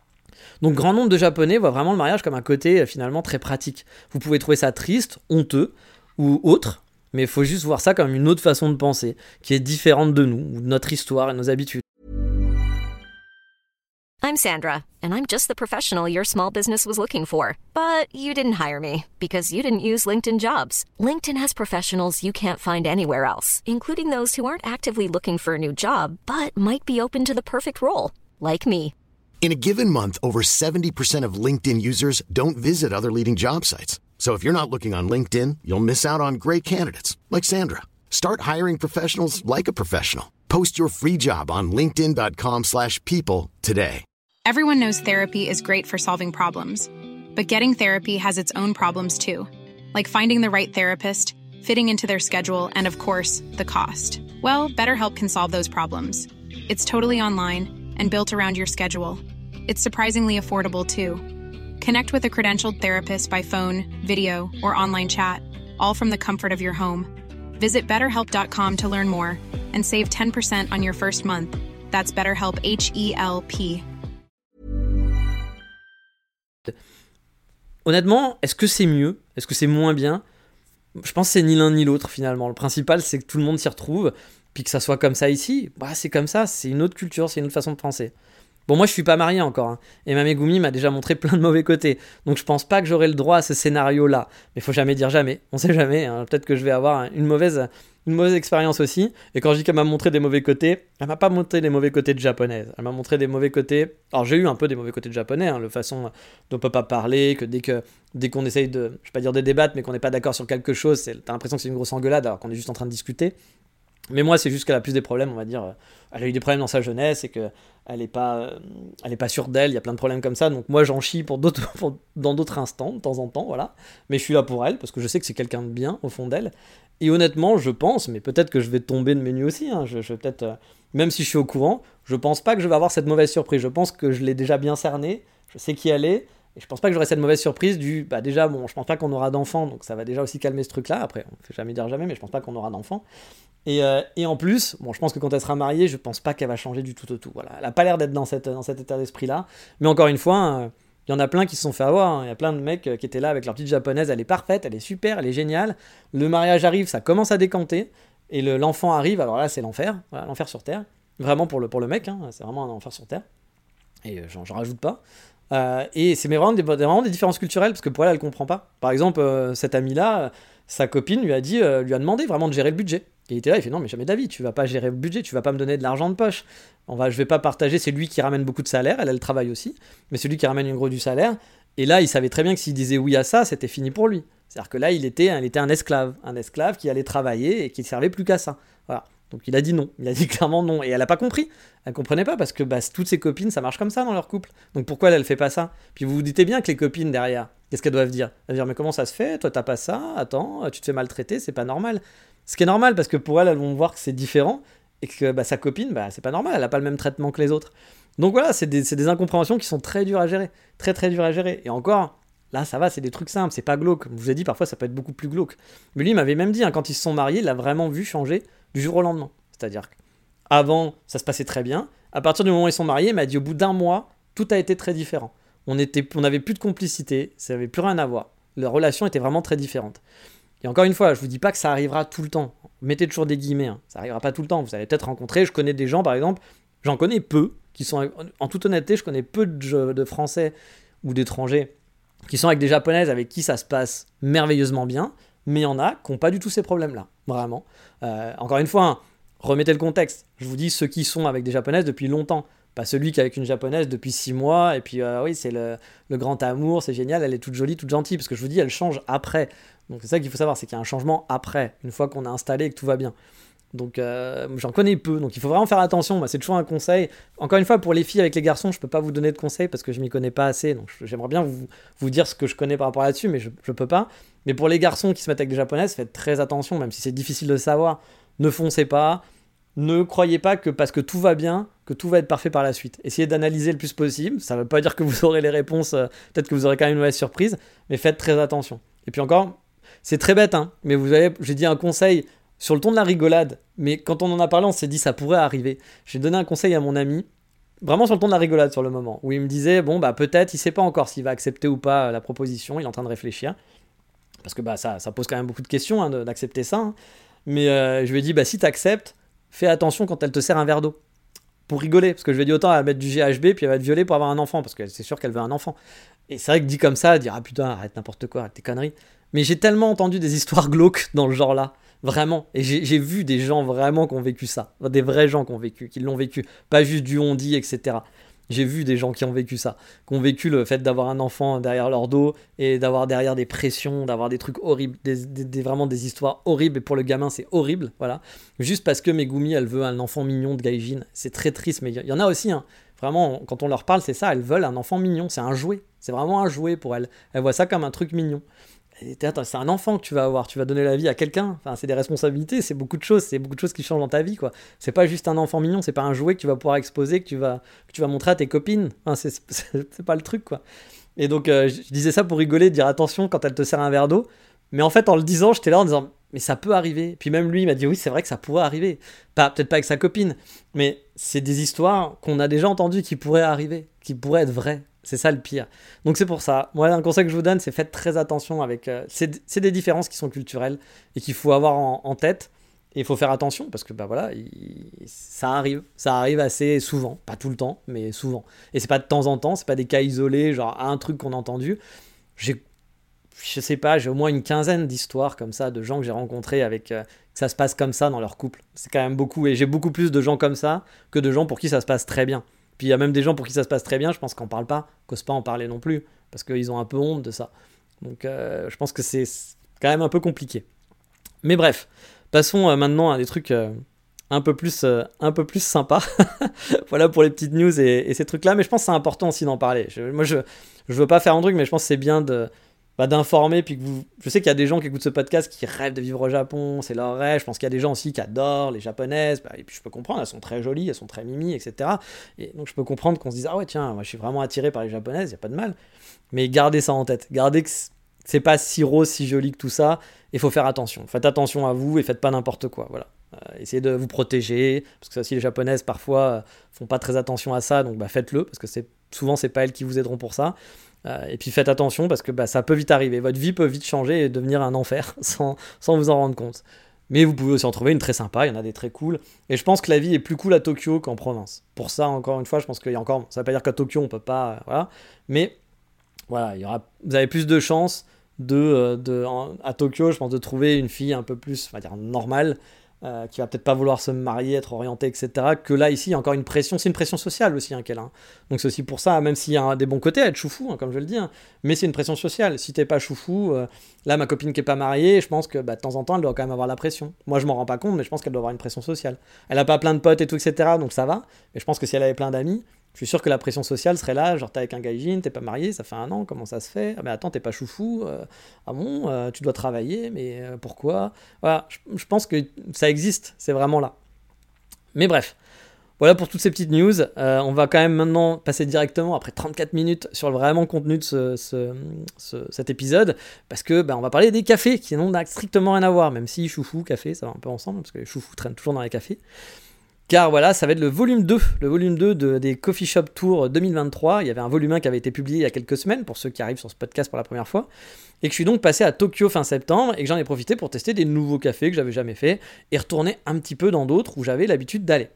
Donc grand nombre de Japonais voient vraiment le mariage comme un côté finalement très pratique. Vous pouvez trouver ça triste, honteux ou autre, mais il faut juste voir ça comme une autre façon de penser, qui est différente de nous, ou de notre histoire et de nos habitudes. I'm Sandra, and I'm just the professional your small business was looking for. But you didn't hire me, because you didn't use LinkedIn Jobs. LinkedIn has professionals you can't find anywhere else, including those who aren't actively looking for a new job, but might be open to the perfect role, like me. In a given month, over 70% of LinkedIn users don't visit other leading job sites. So if you're not looking on LinkedIn, you'll miss out on great candidates, like Sandra. Start hiring professionals like a professional. Post your free job on linkedin.com/people today. Everyone knows therapy is great for solving problems, but getting therapy has its own problems too, like finding the right therapist, fitting into their schedule, and of course, the cost. Well, BetterHelp can solve those problems. It's totally online and built around your schedule. It's surprisingly affordable too. Connect with a credentialed therapist by phone, video, or online chat, all from the comfort of your home. Visit BetterHelp.com to learn more and save 10% on your first month. That's BetterHelp, H-E-L-P. Honnêtement, est-ce que c'est mieux ? Est-ce que c'est moins bien ? Je pense que c'est ni l'un ni l'autre finalement. Le principal, c'est que tout le monde s'y retrouve, puis que ça soit comme ça ici, c'est comme ça, c'est une autre culture, c'est une autre façon de penser. Bon, moi je suis pas marié encore, hein, et ma Megumi m'a déjà montré plein de mauvais côtés, donc je pense pas que j'aurai le droit à ce scénario-là. Mais faut jamais dire jamais, on sait jamais, hein. Peut-être que je vais avoir une mauvaise expérience aussi. Et quand je dis qu'elle m'a montré des mauvais côtés, elle m'a pas montré des mauvais côtés de japonaise, elle m'a montré des mauvais côtés. Alors j'ai eu un peu des mauvais côtés de japonais, hein, la façon dont on peut pas parler, que dès qu'on essaye de, je vais pas dire de débattre, mais qu'on n'est pas d'accord sur quelque chose, t'as l'impression que c'est une grosse engueulade alors qu'on est juste en train de discuter. Mais moi, c'est juste qu'elle a plus des problèmes, on va dire. Elle a eu des problèmes dans sa jeunesse et qu'elle n'est pas sûre d'elle. Il y a plein de problèmes comme ça. Donc moi, j'en chie dans d'autres instants, de temps en temps, voilà. Mais je suis là pour elle parce que je sais que c'est quelqu'un de bien au fond d'elle. Et honnêtement, je pense, mais peut-être que je vais tomber de mes nues aussi. Hein, je vais peut-être, même si je suis au courant, je pense pas que je vais avoir cette mauvaise surprise. Je pense que je l'ai déjà bien cernée. Je sais qui elle est. Et je pense pas que j'aurai cette mauvaise surprise déjà, bon, je pense pas qu'on aura d'enfants, donc ça va déjà aussi calmer ce truc-là. Après, on fait jamais dire jamais, mais je pense pas qu'on aura d'enfants. Et en plus, bon, je pense que quand elle sera mariée, je pense pas qu'elle va changer du tout au tout. Voilà. Elle a pas l'air d'être dans cet état d'esprit-là. Mais encore une fois, il y en a plein qui se sont fait avoir. Hein. Il y a plein de mecs qui étaient là avec leur petite japonaise. Elle est parfaite, elle est super, elle est géniale. Le mariage arrive, ça commence à décanter. Et l'enfant arrive, alors là, c'est l'enfer. Voilà, l'enfer sur Terre. Vraiment pour le mec, hein, c'est vraiment un enfer sur Terre. Et j'en rajoute pas. Et c'est vraiment des différences culturelles parce que pour elle comprend pas. Par exemple, cette amie-là, sa copine lui a demandé vraiment de gérer le budget. Et il était là, il fait non mais jamais de la vie, tu vas pas gérer le budget, tu vas pas me donner de l'argent de poche. Je vais pas partager, c'est lui qui ramène beaucoup de salaire, elle travaille aussi, mais c'est lui qui ramène une grosse du salaire. Et là, il savait très bien que s'il disait oui à ça, c'était fini pour lui. C'est-à-dire que là, il était un esclave qui allait travailler et qui ne servait plus qu'à ça. Voilà. Donc il a dit non, il a dit clairement non, et elle a pas compris, elle comprenait pas parce que toutes ses copines ça marche comme ça dans leur couple, donc pourquoi elle fait pas ça? Puis vous vous doutez bien que les copines derrière, qu'est-ce qu'elles doivent dire? Elles vont dire mais comment ça se fait, toi t'as pas ça, attends, tu te fais maltraiter, c'est pas normal. Ce qui est normal parce que pour elles vont voir que c'est différent et que sa copine, c'est pas normal, elle a pas le même traitement que les autres. Donc voilà, c'est des incompréhensions qui sont très dures à gérer, très très dures à gérer, et encore. Là, ça va, c'est des trucs simples, c'est pas glauque. Je vous ai dit, parfois, ça peut être beaucoup plus glauque. Mais lui, il m'avait même dit, hein, quand ils se sont mariés, il l'a vraiment vu changer du jour au lendemain. C'est-à-dire qu'avant, ça se passait très bien. À partir du moment où ils sont mariés, il m'a dit, au bout d'un mois, tout a été très différent. On n'avait plus de complicité, ça n'avait plus rien à voir. La relation était vraiment très différente. Et encore une fois, je vous dis pas que ça arrivera tout le temps. Mettez toujours des guillemets, hein. Ça arrivera pas tout le temps. Vous allez peut-être rencontrer, je connais des gens, par exemple, j'en connais peu, qui sont, en toute honnêteté, je connais peu de Français ou d'étrangers qui sont avec des japonaises avec qui ça se passe merveilleusement bien, mais il y en a qui n'ont pas du tout ces problèmes-là, vraiment. Encore une fois, hein, remettez le contexte. Je vous dis ceux qui sont avec des japonaises depuis longtemps, pas celui qui est avec une japonaise depuis 6 mois, et puis oui, c'est le grand amour, c'est génial, elle est toute jolie, toute gentille, parce que je vous dis, elle change après. Donc c'est ça qu'il faut savoir, c'est qu'il y a un changement après, une fois qu'on a installé et que tout va bien. Donc j'en connais peu, donc il faut vraiment faire attention. C'est toujours un conseil. Encore une fois, pour les filles avec les garçons, je peux pas vous donner de conseils parce que je m'y connais pas assez, donc j'aimerais bien vous dire ce que je connais par rapport là-dessus, mais je peux pas. Mais pour les garçons qui se mettent avec des japonaises, faites très attention, même si c'est difficile de savoir. Ne foncez pas, ne croyez pas que parce que tout va bien, que tout va être parfait par la suite. Essayez d'analyser le plus possible, ça veut pas dire que vous aurez les réponses, peut-être que vous aurez quand même une mauvaise surprise, mais faites très attention. Et puis encore, c'est très bête, hein, mais vous avez, j'ai dit un conseil sur le ton de la rigolade, mais quand on en a parlé, on s'est dit ça pourrait arriver. J'ai donné un conseil à mon ami, vraiment sur le ton de la rigolade sur le moment, où il me disait, bon peut-être, il sait pas encore s'il va accepter ou pas la proposition, il est en train de réfléchir, parce que ça pose quand même beaucoup de questions hein, d'accepter ça, hein. Mais je lui ai dit, si t'acceptes, fais attention quand elle te sert un verre d'eau, pour rigoler, parce que je lui ai dit autant elle va mettre du GHB, puis elle va te violer pour avoir un enfant, parce que c'est sûr qu'elle veut un enfant. Et c'est vrai que dit comme ça, dire ah putain, arrête n'importe quoi, arrête tes conneries. Mais j'ai tellement entendu des histoires glauques dans le genre là. Vraiment, et j'ai vu des gens vraiment qui ont vécu ça, des vrais gens qui l'ont vécu, pas juste du on-dit, etc. J'ai vu des gens qui ont vécu ça, qui ont vécu le fait d'avoir un enfant derrière leur dos et d'avoir derrière des pressions, d'avoir des trucs horribles, vraiment des histoires horribles, et pour le gamin c'est horrible, voilà. Juste parce que Megumi elle veut un enfant mignon de gaijin, c'est très triste, mais il y en a aussi, hein. Vraiment, quand on leur parle, c'est ça, elles veulent un enfant mignon, c'est un jouet, c'est vraiment un jouet pour elles, elles voient ça comme un truc mignon. Attends, c'est un enfant que tu vas avoir, tu vas donner la vie à quelqu'un, enfin, c'est des responsabilités, c'est beaucoup de choses qui changent dans ta vie, quoi. C'est pas juste un enfant mignon, c'est pas un jouet que tu vas pouvoir exposer, que tu vas montrer à tes copines, enfin, c'est pas le truc, quoi. Et donc je disais ça pour rigoler, dire attention quand elle te sert un verre d'eau, mais en fait en le disant, j'étais là en disant mais ça peut arriver. Puis même lui il m'a dit oui, c'est vrai que ça pourrait arriver, peut-être pas avec sa copine, mais c'est des histoires qu'on a déjà entendues qui pourraient arriver, qui pourraient être vraies. C'est ça le pire. Donc c'est pour ça. Moi, un conseil que je vous donne, c'est faites très attention avec... c'est des différences qui sont culturelles et qu'il faut avoir en tête. Et il faut faire attention parce que voilà, ça arrive assez souvent, pas tout le temps, mais souvent. Et c'est pas de temps en temps, c'est pas des cas isolés, genre un truc qu'on a entendu. Je sais pas, j'ai au moins une quinzaine d'histoires comme ça, de gens que j'ai rencontrés avec que ça se passe comme ça dans leur couple. C'est quand même beaucoup, et j'ai beaucoup plus de gens comme ça que de gens pour qui ça se passe très bien. Puis il y a même des gens pour qui ça se passe très bien, je pense qu'on parle pas, qu'osent pas en parler non plus, parce qu'ils ont un peu honte de ça. Donc je pense que c'est quand même un peu compliqué. Mais bref, passons maintenant à des trucs un peu plus sympas. Voilà pour les petites news et ces trucs-là, mais je pense que c'est important aussi d'en parler. Je veux pas faire un truc, mais je pense que c'est bien d'informer, puis que je sais qu'il y a des gens qui écoutent ce podcast qui rêvent de vivre au Japon, c'est leur rêve. Je pense qu'il y a des gens aussi qui adorent les japonaises, et puis je peux comprendre, elles sont très jolies, elles sont très mimi, etc. Et donc je peux comprendre qu'on se dise, ah ouais tiens, moi je suis vraiment attiré par les japonaises, y a pas de mal. Mais gardez ça en tête, gardez que c'est pas si rose, si joli que tout ça, il faut faire attention. Faites attention à vous et faites pas n'importe quoi, voilà. Essayez de vous protéger, parce que ça aussi les japonaises parfois font pas très attention à ça, donc faites-le, parce que souvent c'est pas elles qui vous aideront pour ça. Et puis faites attention parce que ça peut vite arriver, votre vie peut vite changer et devenir un enfer sans vous en rendre compte. Mais vous pouvez aussi en trouver une très sympa, il y en a des très cool. Et je pense que la vie est plus cool à Tokyo qu'en province. Pour ça, encore une fois, je pense qu'il y a encore... Ça veut pas dire qu'à Tokyo on peut pas... voilà. Mais voilà, vous avez plus de chances à Tokyo, je pense, de trouver une fille un peu plus, on va dire, normale, qui va peut-être pas vouloir se marier, être orientée, etc. Que là, ici, il y a encore une pression, c'est une pression sociale aussi qu'elle a. Donc c'est aussi pour ça, même s'il y a des bons côtés à être choufou, comme je le dis, mais c'est une pression sociale. Si t'es pas choufou, là, ma copine qui est pas mariée, je pense que de temps en temps, elle doit quand même avoir la pression. Moi, je m'en rends pas compte, mais je pense qu'elle doit avoir une pression sociale. Elle a pas plein de potes et tout, etc., donc ça va, mais je pense que si elle avait plein d'amis, je suis sûr que la pression sociale serait là, genre t'es avec un gaijin, t'es pas marié, ça fait 1 an, comment ça se fait ? Ah mais attends, t'es pas choufou, ah bon, tu dois travailler, mais pourquoi ? Voilà, je pense que ça existe, c'est vraiment là. Mais bref, voilà pour toutes ces petites news. On va quand même maintenant passer directement, après 34 minutes, sur le vraiment contenu de cet épisode, parce que on va parler des cafés, qui n'ont strictement rien à voir, même si choufou, café, ça va un peu ensemble, parce que les choufous traînent toujours dans les cafés. Car voilà, ça va être le volume 2 des Coffee Shop Tour 2023. Il y avait un volume 1 qui avait été publié il y a quelques semaines, pour ceux qui arrivent sur ce podcast pour la première fois, et que je suis donc passé à Tokyo fin septembre, et que j'en ai profité pour tester des nouveaux cafés que j'avais jamais fait, et retourner un petit peu dans d'autres où j'avais l'habitude d'aller.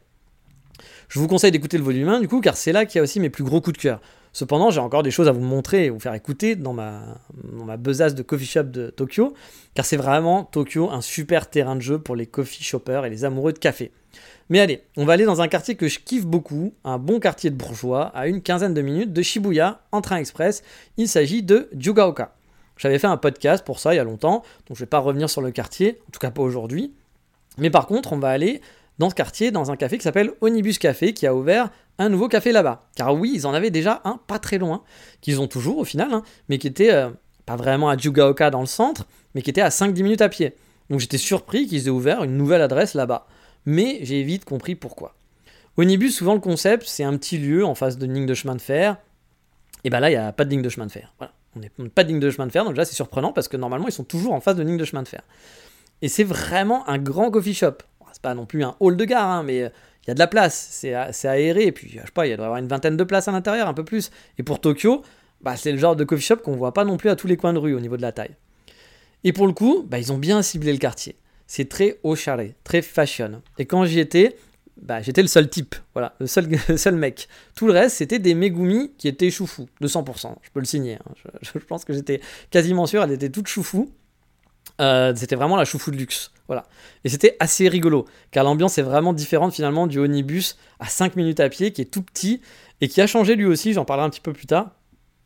Je vous conseille d'écouter le volume 1 du coup, car c'est là qu'il y a aussi mes plus gros coups de cœur. Cependant, j'ai encore des choses à vous montrer et vous faire écouter dans ma besace de coffee shop de Tokyo, car c'est vraiment Tokyo un super terrain de jeu pour les coffee shoppers et les amoureux de café. Mais allez, on va aller dans un quartier que je kiffe beaucoup, un bon quartier de bourgeois, à une quinzaine de minutes de Shibuya, en train express. Il s'agit de Jugaoka. J'avais fait un podcast pour ça il y a longtemps, donc je vais pas revenir sur le quartier, en tout cas pas aujourd'hui. Mais par contre, on va aller dans ce quartier, dans un café qui s'appelle Onibus Café, qui a ouvert un nouveau café là-bas. Car oui, ils en avaient déjà un pas très loin, qu'ils ont toujours au final, mais qui était pas vraiment à Jugaoka dans le centre, mais qui était à 5-10 minutes à pied. Donc j'étais surpris qu'ils aient ouvert une nouvelle adresse là-bas. Mais j'ai vite compris pourquoi. Onibus, souvent le concept, c'est un petit lieu en face d'une ligne de chemin de fer. Et là, il n'y a pas de ligne de chemin de fer. Voilà. On n'est pas de ligne de chemin de fer, donc là, c'est surprenant parce que normalement, ils sont toujours en face de ligne de chemin de fer. Et c'est vraiment un grand coffee shop. C'est pas non plus un hall de gare, mais il y a de la place. C'est aéré. Et puis, je sais pas, il doit y avoir une vingtaine de places à l'intérieur, un peu plus. Et pour Tokyo, c'est le genre de coffee shop qu'on voit pas non plus à tous les coins de rue au niveau de la taille. Et pour le coup, ils ont bien ciblé le quartier. C'est très oshare, très fashion. Et quand j'y étais, j'étais le seul type, voilà, le seul mec. Tout le reste, c'était des Megumi qui étaient choufou, de 100%, je peux le signer. Je pense que j'étais quasiment sûr, elle était toute choufou. C'était vraiment la choufou de luxe, voilà. Et c'était assez rigolo, car l'ambiance est vraiment différente finalement du Onibus à 5 minutes à pied, qui est tout petit, et qui a changé lui aussi, j'en parlerai un petit peu plus tard,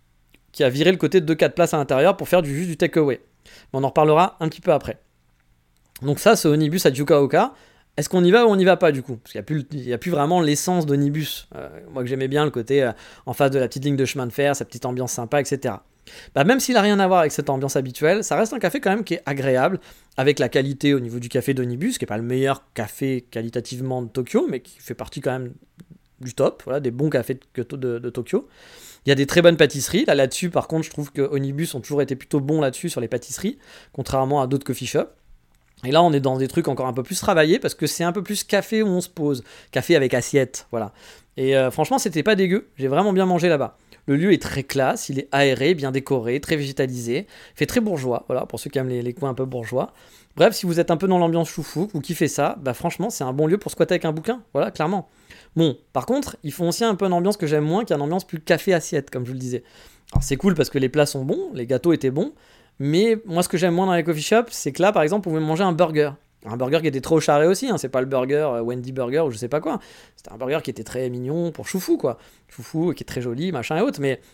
qui a viré le côté de 2-4 places à l'intérieur pour faire juste du take-away. Mais on en reparlera un petit peu après. Donc ça, ce Onibus à Jugaoka, est-ce qu'on y va ou on n'y va pas du coup ? Parce qu'il n'y a plus vraiment l'essence d'Onibus. Moi que j'aimais bien le côté en face de la petite ligne de chemin de fer, sa petite ambiance sympa, etc. Même s'il n'a rien à voir avec cette ambiance habituelle, ça reste un café quand même qui est agréable, avec la qualité au niveau du café d'Onibus, qui n'est pas le meilleur café qualitativement de Tokyo, mais qui fait partie quand même du top, voilà, des bons cafés de Tokyo. Il y a des très bonnes pâtisseries. Là-dessus, par contre, je trouve que Onibus ont toujours été plutôt bons là-dessus sur les pâtisseries, contrairement à d'autres coffee shops. Et là, on est dans des trucs encore un peu plus travaillés parce que c'est un peu plus café où on se pose. Café avec assiette, voilà. Et franchement, c'était pas dégueu. J'ai vraiment bien mangé là-bas. Le lieu est très classe, il est aéré, bien décoré, très végétalisé, fait très bourgeois, voilà, pour ceux qui aiment les coins un peu bourgeois. Bref, si vous êtes un peu dans l'ambiance choufouk ou kiffez ça, bah franchement, c'est un bon lieu pour squatter avec un bouquin, voilà, clairement. Bon, par contre, ils font aussi un peu une ambiance que j'aime moins, qui est une ambiance plus café-assiette, comme je vous le disais. Alors c'est cool parce que les plats sont bons, les gâteaux étaient bons, mais moi ce que j'aime moins dans les coffee shops, c'est que là, par exemple, vous pouvez manger un burger. Un burger qui était trop charré aussi, hein, c'est pas le burger Wendy Burger ou je sais pas quoi. C'était un burger qui était très mignon pour choufou, quoi. Choufou, qui est très joli, machin et autres, mais...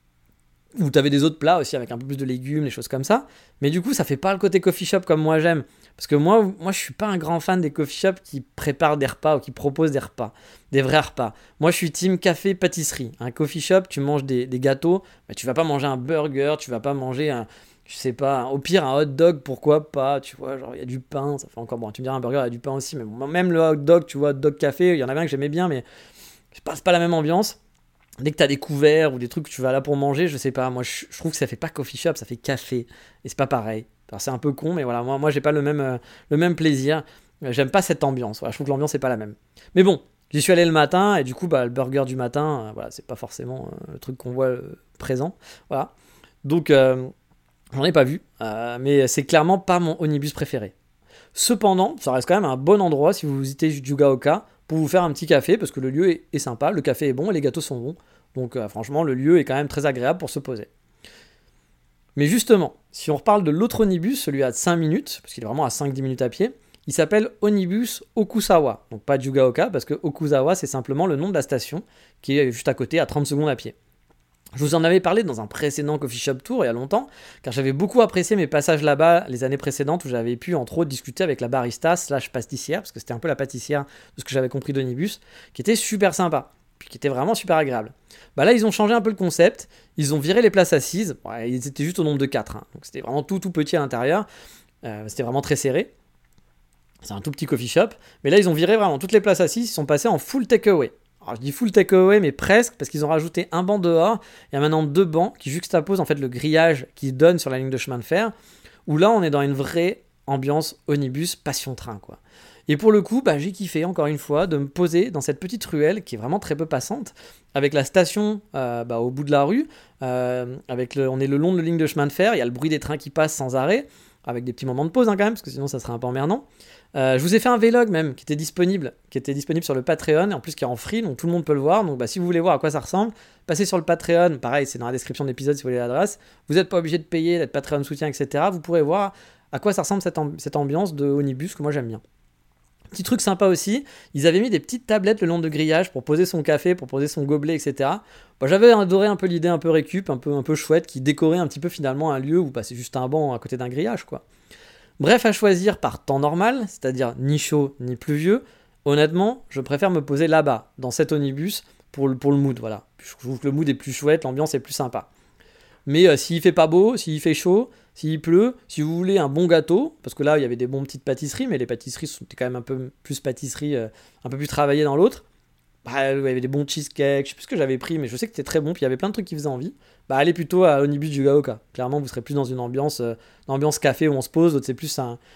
Ou t'avais des autres plats aussi avec un peu plus de légumes, des choses comme ça. Mais du coup, ça fait pas le côté coffee shop comme moi j'aime. Parce que moi je suis pas un grand fan des coffee shops qui préparent des repas ou qui proposent des repas. Des vrais repas. Moi, je suis team café, pâtisserie. Un coffee shop, tu manges des gâteaux, mais tu vas pas manger un burger, tu vas pas manger un... Je sais pas, au pire un hot dog, pourquoi pas, tu vois, genre il y a du pain, ça fait encore bon, tu me diras un burger, il y a du pain aussi, mais bon, même le hot dog, tu vois, hot dog café, il y en avait un que j'aimais bien, mais c'est pas la même ambiance. Dès que t'as des couverts ou des trucs que tu vas là pour manger, je sais pas, moi je trouve que ça fait pas coffee shop, ça fait café, et c'est pas pareil. Alors c'est un peu con, mais voilà, moi j'ai pas le même plaisir, j'aime pas cette ambiance, voilà, je trouve que l'ambiance est pas la même. Mais bon, j'y suis allé le matin, et du coup, bah, le burger du matin, voilà, c'est pas forcément le truc qu'on voit présent, voilà. Donc... j'en ai pas vu, mais c'est clairement pas mon omnibus préféré. Cependant, ça reste quand même un bon endroit si vous visitez Yugaoka pour vous faire un petit café, parce que le lieu est sympa, le café est bon et les gâteaux sont bons. Donc franchement, le lieu est quand même très agréable pour se poser. Mais justement, si on reparle de l'autre omnibus, celui à 5 minutes, parce qu'il est vraiment à 5-10 minutes à pied, il s'appelle Omnibus Okusawa. Donc pas Yugaoka, parce que Okusawa, c'est simplement le nom de la station, qui est juste à côté, à 30 secondes à pied. Je vous en avais parlé dans un précédent coffee shop tour il y a longtemps, car j'avais beaucoup apprécié mes passages là-bas les années précédentes où j'avais pu entre autres discuter avec la barista / pâtissière, parce que c'était un peu la pâtissière de ce que j'avais compris d'Omnibus, qui était super sympa, puis qui était vraiment super agréable. Bah là ils ont changé un peu le concept, ils ont viré les places assises, ouais, ils étaient juste au nombre de 4, hein, donc c'était vraiment tout petit à l'intérieur, c'était vraiment très serré, c'est un tout petit coffee shop, mais là ils ont viré vraiment toutes les places assises, ils sont passés en full takeaway. Alors je dis full takeaway, mais presque, parce qu'ils ont rajouté un banc dehors. Il y a maintenant 2 bancs qui juxtaposent en fait le grillage qui donne sur la ligne de chemin de fer, où là on est dans une vraie ambiance omnibus passion train, quoi. Et pour le coup, bah, j'ai kiffé encore une fois de me poser dans cette petite ruelle qui est vraiment très peu passante, avec la station au bout de la rue, on est le long de la ligne de chemin de fer, il y a le bruit des trains qui passent sans arrêt, avec des petits moments de pause quand même, parce que sinon ça serait un peu emmerdant. Je vous ai fait un vlog même qui était disponible sur le Patreon, et en plus qui est en free, donc tout le monde peut le voir. Donc si vous voulez voir à quoi ça ressemble, passez sur le Patreon, pareil c'est dans la description de l'épisode si vous voulez l'adresse. Vous n'êtes pas obligé de payer, d'être Patreon soutien, etc. Vous pourrez voir à quoi ça ressemble cette ambiance de omnibus que moi j'aime bien. Petit truc sympa aussi, ils avaient mis des petites tablettes le long de grillage pour poser son café, pour poser son gobelet, etc. Bah, j'avais adoré un peu l'idée un peu récup, un peu chouette, qui décorait un petit peu finalement un lieu où bah, c'est juste un banc à côté d'un grillage, quoi. Bref, à choisir par temps normal, c'est-à-dire ni chaud ni pluvieux, honnêtement, je préfère me poser là-bas, dans cet omnibus, pour le mood, voilà. Je trouve que le mood est plus chouette, l'ambiance est plus sympa. Mais s'il fait pas beau, s'il fait chaud, s'il pleut, si vous voulez un bon gâteau, parce que là il y avait des bonnes petites pâtisseries, mais les pâtisseries sont quand même un peu plus pâtisseries, un peu plus travaillées dans l'autre. Bah, il y avait des bons cheesecakes, je sais plus ce que j'avais pris, mais je sais que c'était très bon, puis il y avait plein de trucs qui faisaient envie. Bah allez plutôt à Omnibus du Yugaoka. Clairement vous serez plus dans une ambiance café où on se pose, l'autre c'est plus un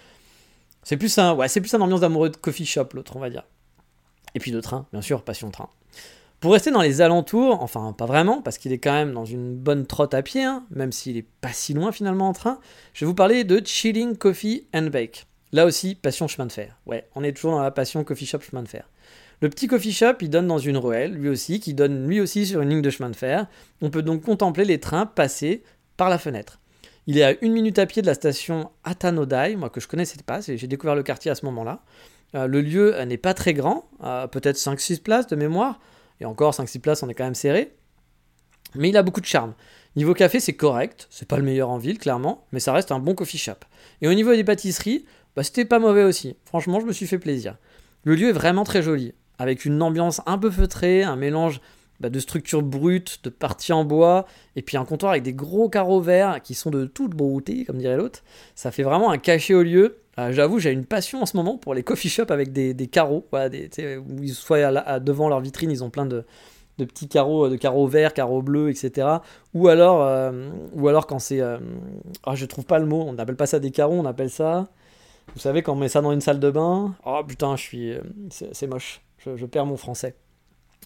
ambiance d'amoureux de coffee shop, l'autre on va dire. Et puis de train, bien sûr, passion train. Pour rester dans les alentours, enfin pas vraiment, parce qu'il est quand même dans une bonne trotte à pied, hein, même s'il est pas si loin finalement en train, je vais vous parler de Chilling Coffee and Bake. Là aussi, passion chemin de fer. Ouais, on est toujours dans la passion coffee shop chemin de fer. Le petit coffee shop, il donne dans une ruelle, lui aussi, qui donne lui aussi sur une ligne de chemin de fer. On peut donc contempler les trains passer par la fenêtre. Il est à 1 minute à pied de la station Atanodai, moi que je connaissais pas, j'ai découvert le quartier à ce moment-là. Le lieu n'est pas très grand, peut-être 5-6 places de mémoire, et encore 5-6 places on est quand même serré, mais il a beaucoup de charme. Niveau café c'est correct, c'est pas le meilleur en ville clairement, mais ça reste un bon coffee shop. Et au niveau des pâtisseries, bah, c'était pas mauvais aussi, franchement je me suis fait plaisir. Le lieu est vraiment très joli, avec une ambiance un peu feutrée, un mélange de structures brutes, de parties en bois, et puis un comptoir avec des gros carreaux verts qui sont de toute beauté, comme dirait l'autre. Ça fait vraiment un cachet au lieu. J'avoue, j'ai une passion en ce moment pour les coffee shops avec des carreaux, voilà, où ils soient devant leur vitrine, ils ont plein de petits carreaux, de carreaux verts, carreaux bleus, etc. Ou alors quand c'est... je trouve pas le mot, on n'appelle pas ça des carreaux, on appelle ça... Vous savez, quand on met ça dans une salle de bain... Oh putain, c'est moche, je perds mon français.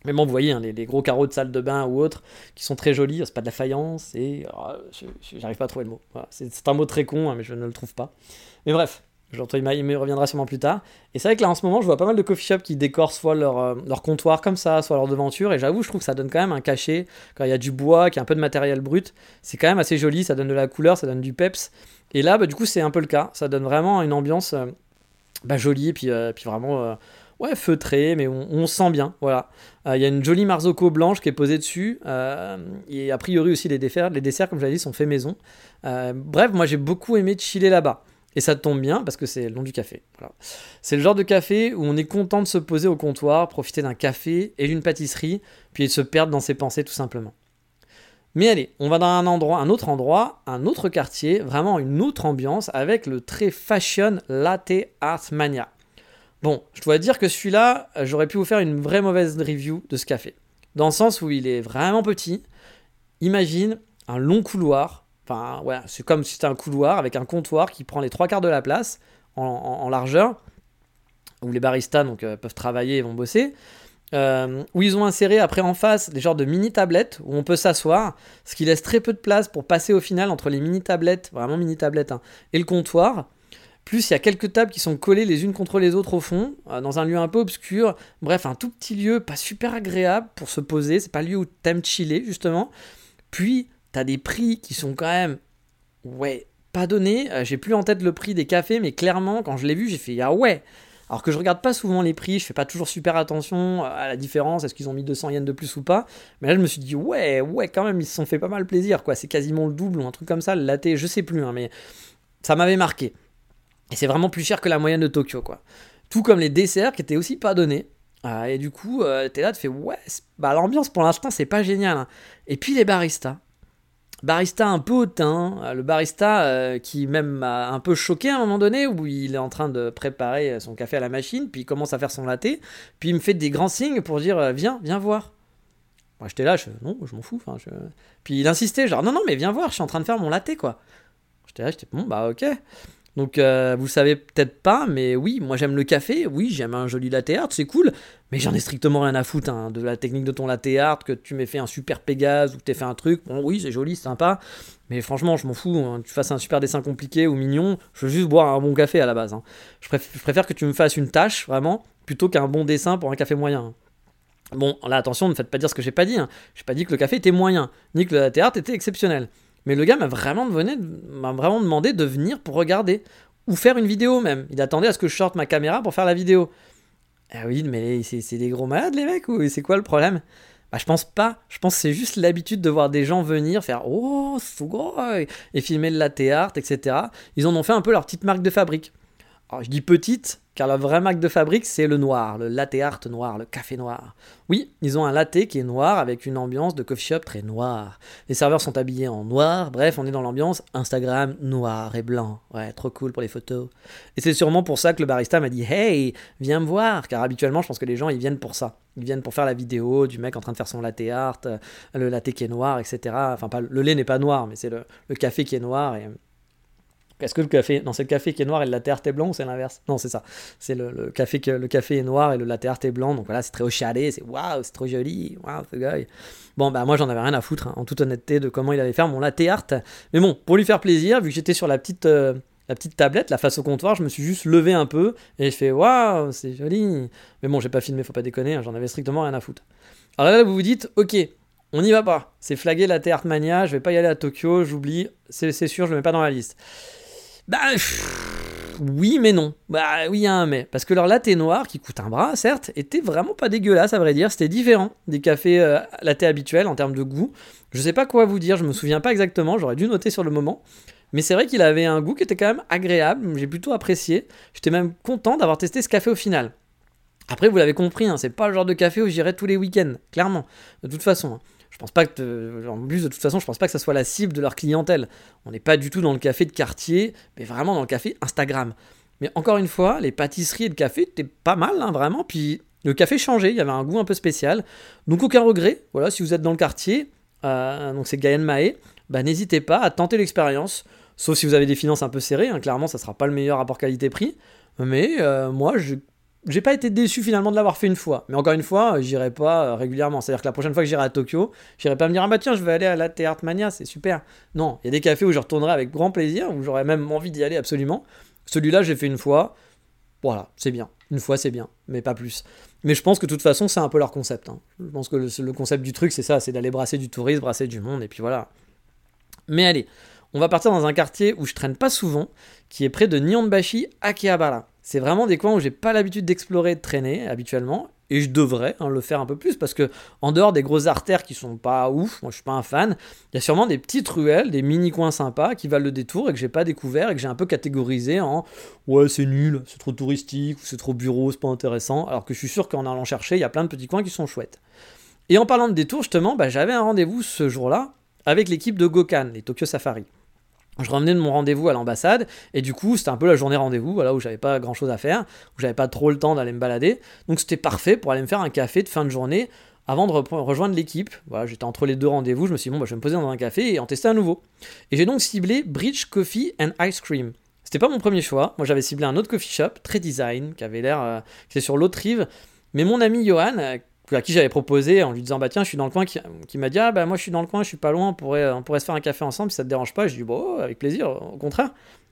Mais bon, vous voyez, hein, les gros carreaux de salle de bain ou autres, qui sont très jolis, c'est pas de la faïence, et j'arrive pas à trouver le mot. Voilà, c'est un mot très con, hein, mais je ne le trouve pas. Mais bref, il me reviendra sûrement plus tard. Et c'est vrai que là, en ce moment, je vois pas mal de coffee shops qui décorent soit leur comptoir comme ça, soit leur devanture, et j'avoue, je trouve que ça donne quand même un cachet, quand il y a du bois, qu'il y a un peu de matériel brut, c'est quand même assez joli, ça donne de la couleur, ça donne du peps. Et là, du coup, c'est un peu le cas, ça donne vraiment une ambiance jolie, et puis vraiment... ouais, feutré, mais on se sent bien, voilà. Il y a une jolie Marzocco blanche qui est posée dessus, et a priori aussi les desserts, comme je l'ai dit, sont faits maison. Bref, moi j'ai beaucoup aimé chiller là-bas. Et ça tombe bien, parce que c'est le nom du café. Voilà. C'est le genre de café où on est content de se poser au comptoir, profiter d'un café et d'une pâtisserie, puis de se perdre dans ses pensées tout simplement. Mais allez, on va dans un autre endroit, un autre quartier, vraiment une autre ambiance, avec le très fashion Latte Art Mania. Bon, je dois dire que celui-là, j'aurais pu vous faire une vraie mauvaise review de ce café. Dans le sens où il est vraiment petit. Imagine un long couloir. Enfin, ouais, c'est comme si c'était un couloir avec un comptoir qui prend les 3/4 de la place en largeur, où les baristas peuvent travailler et vont bosser. Où ils ont inséré après en face des genres de mini-tablettes où on peut s'asseoir, ce qui laisse très peu de place pour passer au final entre les mini-tablettes, vraiment mini-tablettes, hein, et le comptoir. Plus il y a quelques tables qui sont collées les unes contre les autres au fond, dans un lieu un peu obscur. Bref, un tout petit lieu pas super agréable pour se poser. C'est pas le lieu où t'aimes chiller, justement. Puis, t'as des prix qui sont quand même... ouais, pas donnés. J'ai plus en tête le prix des cafés, mais clairement, quand je l'ai vu, j'ai fait « ah ouais !» Alors que je regarde pas souvent les prix, je fais pas toujours super attention à la différence, est-ce qu'ils ont mis 200 yens de plus ou pas. Mais là, je me suis dit « ouais, quand même, ils se sont fait pas mal plaisir, quoi. C'est quasiment le double ou un truc comme ça, le latte, je sais plus, hein, mais ça m'avait marqué. » Et c'est vraiment plus cher que la moyenne de Tokyo, quoi. Tout comme les desserts qui étaient aussi pas donnés. Et du coup, t'es là, tu fais ouais, l'ambiance pour l'instant, c'est pas génial. Hein. Et puis les baristas. Barista un peu hautain. Le barista qui même m'a un peu choqué à un moment donné, où il est en train de préparer son café à la machine, puis il commence à faire son latte. Puis il me fait des grands signes pour dire viens voir. Moi j'étais là, non, je m'en fous. Puis il insistait, genre non, mais viens voir, je suis en train de faire mon latte, quoi. J'étais bon, ok. Donc vous le savez peut-être pas, mais oui, moi j'aime le café, oui, j'aime un joli latte art, c'est cool, mais j'en ai strictement rien à foutre hein, de la technique de ton latte art, que tu m'aies fait un super Pégase ou que t'aies fait un truc, bon oui c'est joli, c'est sympa, mais franchement je m'en fous, hein, tu fasses un super dessin compliqué ou mignon, je veux juste boire un bon café à la base. Hein. Je préfère que tu me fasses une tâche, vraiment, plutôt qu'un bon dessin pour un café moyen. Bon, là attention, ne faites pas dire ce que j'ai pas dit, hein. J'ai pas dit que le café était moyen, ni que le latte art était exceptionnel. Mais le gars m'a vraiment demandé de venir pour regarder. Ou faire une vidéo même. Il attendait à ce que je sorte ma caméra pour faire la vidéo. Ah oui, mais c'est des gros malades les mecs, ou c'est quoi le problème ? Je pense pas. Je pense que c'est juste l'habitude de voir des gens venir faire « Oh, sugoi !» et filmer le latte art, etc. Ils en ont fait un peu leur petite marque de fabrique. Alors je dis petite, car la vraie marque de fabrique, c'est le noir, le latte art noir, le café noir. Oui, ils ont un latte qui est noir avec une ambiance de coffee shop très noire. Les serveurs sont habillés en noir, bref, on est dans l'ambiance Instagram noir et blanc. Ouais, trop cool pour les photos. Et c'est sûrement pour ça que le barista m'a dit « Hey, viens me voir !» Car habituellement, je pense que les gens, ils viennent pour ça. Ils viennent pour faire la vidéo du mec en train de faire son latte art, le latte qui est noir, etc. Enfin, le lait n'est pas noir, mais c'est le café qui est noir et... Est-ce que le café... Non, c'est le café qui est noir et le latte art est blanc ou c'est l'inverse ? Non, c'est ça. C'est le café est noir et le latte art est blanc. Donc voilà, c'est très oshadé, c'est waouh, c'est trop joli. Waouh, ce gars. Bon, moi, j'en avais rien à foutre, hein, en toute honnêteté, de comment il allait faire mon latte art. Mais bon, pour lui faire plaisir, vu que j'étais sur la petite tablette, la face au comptoir, je me suis juste levé un peu et je fais waouh, c'est joli. Mais bon, j'ai pas filmé, faut pas déconner, hein, j'en avais strictement rien à foutre. Alors là, vous vous dites, ok, on n'y va pas. C'est flagué latte art mania, je vais pas y aller à Tokyo, j'oublie, c'est sûr, je le mets pas dans la liste. Oui mais non. Oui, il y a un mais. Parce que leur latte noir, qui coûte un bras, certes, était vraiment pas dégueulasse, à vrai dire. C'était différent des cafés latte habituels en termes de goût. Je sais pas quoi vous dire, je me souviens pas exactement, j'aurais dû noter sur le moment. Mais c'est vrai qu'il avait un goût qui était quand même agréable, j'ai plutôt apprécié. J'étais même content d'avoir testé ce café au final. Après, vous l'avez compris, hein, c'est pas le genre de café où j'irais tous les week-ends, clairement. De toute façon. Je pense pas que, en plus de toute façon, je pense pas que ça soit la cible de leur clientèle. On n'est pas du tout dans le café de quartier, mais vraiment dans le café Instagram. Mais encore une fois, les pâtisseries et le café étaient pas mal, hein, vraiment. Puis le café changeait, il y avait un goût un peu spécial. Donc aucun regret. Voilà, si vous êtes dans le quartier, donc c'est Gayen Mae, n'hésitez pas à tenter l'expérience. Sauf si vous avez des finances un peu serrées, hein, clairement, ça sera pas le meilleur rapport qualité-prix. Mais moi, j'ai pas été déçu finalement de l'avoir fait une fois. Mais encore une fois, j'irai pas régulièrement. C'est-à-dire que la prochaine fois que j'irai à Tokyo, j'irai pas me dire ah bah tiens, je vais aller à la Art Mania, c'est super. Non, il y a des cafés où je retournerai avec grand plaisir, où j'aurais même envie d'y aller absolument. Celui-là, j'ai fait une fois. Voilà, c'est bien. Une fois, c'est bien, mais pas plus. Mais je pense que de toute façon, c'est un peu leur concept. Hein. Je pense que le concept du truc, c'est ça, c'est d'aller brasser du tourisme, brasser du monde, et puis voilà. Mais allez, on va partir dans un quartier où je traîne pas souvent, qui est près de Nihonbashi, Akihabara. C'est vraiment des coins où j'ai pas l'habitude d'explorer et de traîner habituellement, et je devrais le faire un peu plus, parce que en dehors des grosses artères qui sont pas ouf, moi je suis pas un fan, il y a sûrement des petites ruelles, des mini-coins sympas qui valent le détour et que j'ai pas découvert et que j'ai un peu catégorisé en ouais c'est nul, c'est trop touristique, ou c'est trop bureau, c'est pas intéressant, alors que je suis sûr qu'en allant chercher, il y a plein de petits coins qui sont chouettes. Et en parlant de détour, justement, j'avais un rendez-vous ce jour-là avec l'équipe de Gokan, les Tokyo Safari. Je revenais de mon rendez-vous à l'ambassade, et du coup, c'était un peu la journée rendez-vous, voilà, où j'avais pas grand-chose à faire, où j'avais pas trop le temps d'aller me balader, donc c'était parfait pour aller me faire un café de fin de journée avant de rejoindre l'équipe. Voilà, j'étais entre les deux rendez-vous, je me suis dit, bon, je vais me poser dans un café et en tester un nouveau. Et j'ai donc ciblé Bridge Coffee and Ice Cream. C'était pas mon premier choix, moi j'avais ciblé un autre coffee shop, très design, qui avait l'air, qui était sur l'autre rive, mais mon ami Johan, à qui j'avais proposé en lui disant bah tiens je suis dans le coin, qui m'a dit ah bah moi je suis dans le coin, je suis pas loin, on pourrait se faire un café ensemble si ça te dérange pas. Je lui ai dit bon avec plaisir, au contraire.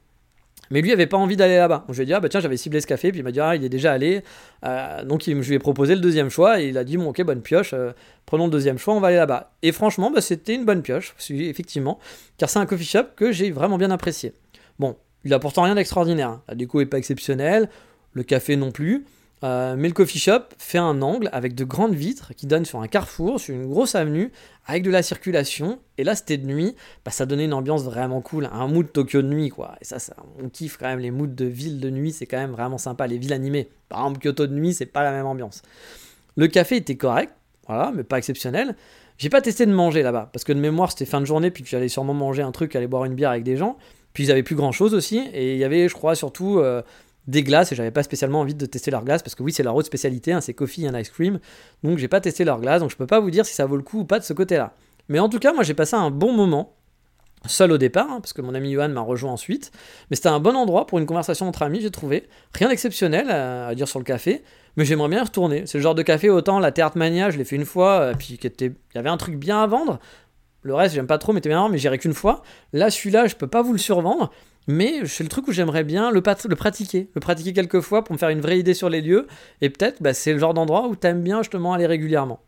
Mais lui avait pas envie d'aller là-bas. Donc je lui ai dit ah bah tiens j'avais ciblé ce café, puis il m'a dit ah il est déjà allé, donc je lui ai proposé le deuxième choix et il a dit bon ok bonne pioche, prenons le deuxième choix, on va aller là-bas. Et franchement c'était une bonne pioche effectivement, car c'est un coffee shop que j'ai vraiment bien apprécié. Bon il a pourtant rien d'extraordinaire, hein. La déco est pas exceptionnelle, le café non plus. Mais le coffee shop fait un angle avec de grandes vitres qui donnent sur un carrefour, sur une grosse avenue, avec de la circulation. Et là, c'était de nuit, ça donnait une ambiance vraiment cool, un mood Tokyo de nuit, quoi. Et ça, on kiffe quand même les moods de ville de nuit, c'est quand même vraiment sympa, les villes animées. Par exemple, Kyoto de nuit, c'est pas la même ambiance. Le café était correct, voilà, mais pas exceptionnel. J'ai pas testé de manger là-bas, parce que de mémoire, c'était fin de journée, puis que j'allais sûrement manger un truc, aller boire une bière avec des gens. Puis ils avaient plus grand-chose aussi, et il y avait, je crois, surtout des glaces, et j'avais pas spécialement envie de tester leurs glaces, parce que oui, c'est leur autre spécialité, hein, c'est coffee and ice cream, donc j'ai pas testé leurs glaces, donc je peux pas vous dire si ça vaut le coup ou pas de ce côté-là. Mais en tout cas, moi j'ai passé un bon moment, seul au départ, hein, parce que mon ami Johan m'a rejoint ensuite, mais c'était un bon endroit pour une conversation entre amis, j'ai trouvé. Rien d'exceptionnel à dire sur le café, mais j'aimerais bien y retourner. C'est le genre de café, autant la Art Mania, je l'ai fait une fois, puis il y avait un truc bien à vendre, le reste j'aime pas trop, mais j'irai qu'une fois. Là, celui-là, je peux pas vous le survendre, mais c'est le truc où j'aimerais bien le pratiquer quelques fois pour me faire une vraie idée sur les lieux, et peut-être c'est le genre d'endroit où t'aimes bien justement aller régulièrement.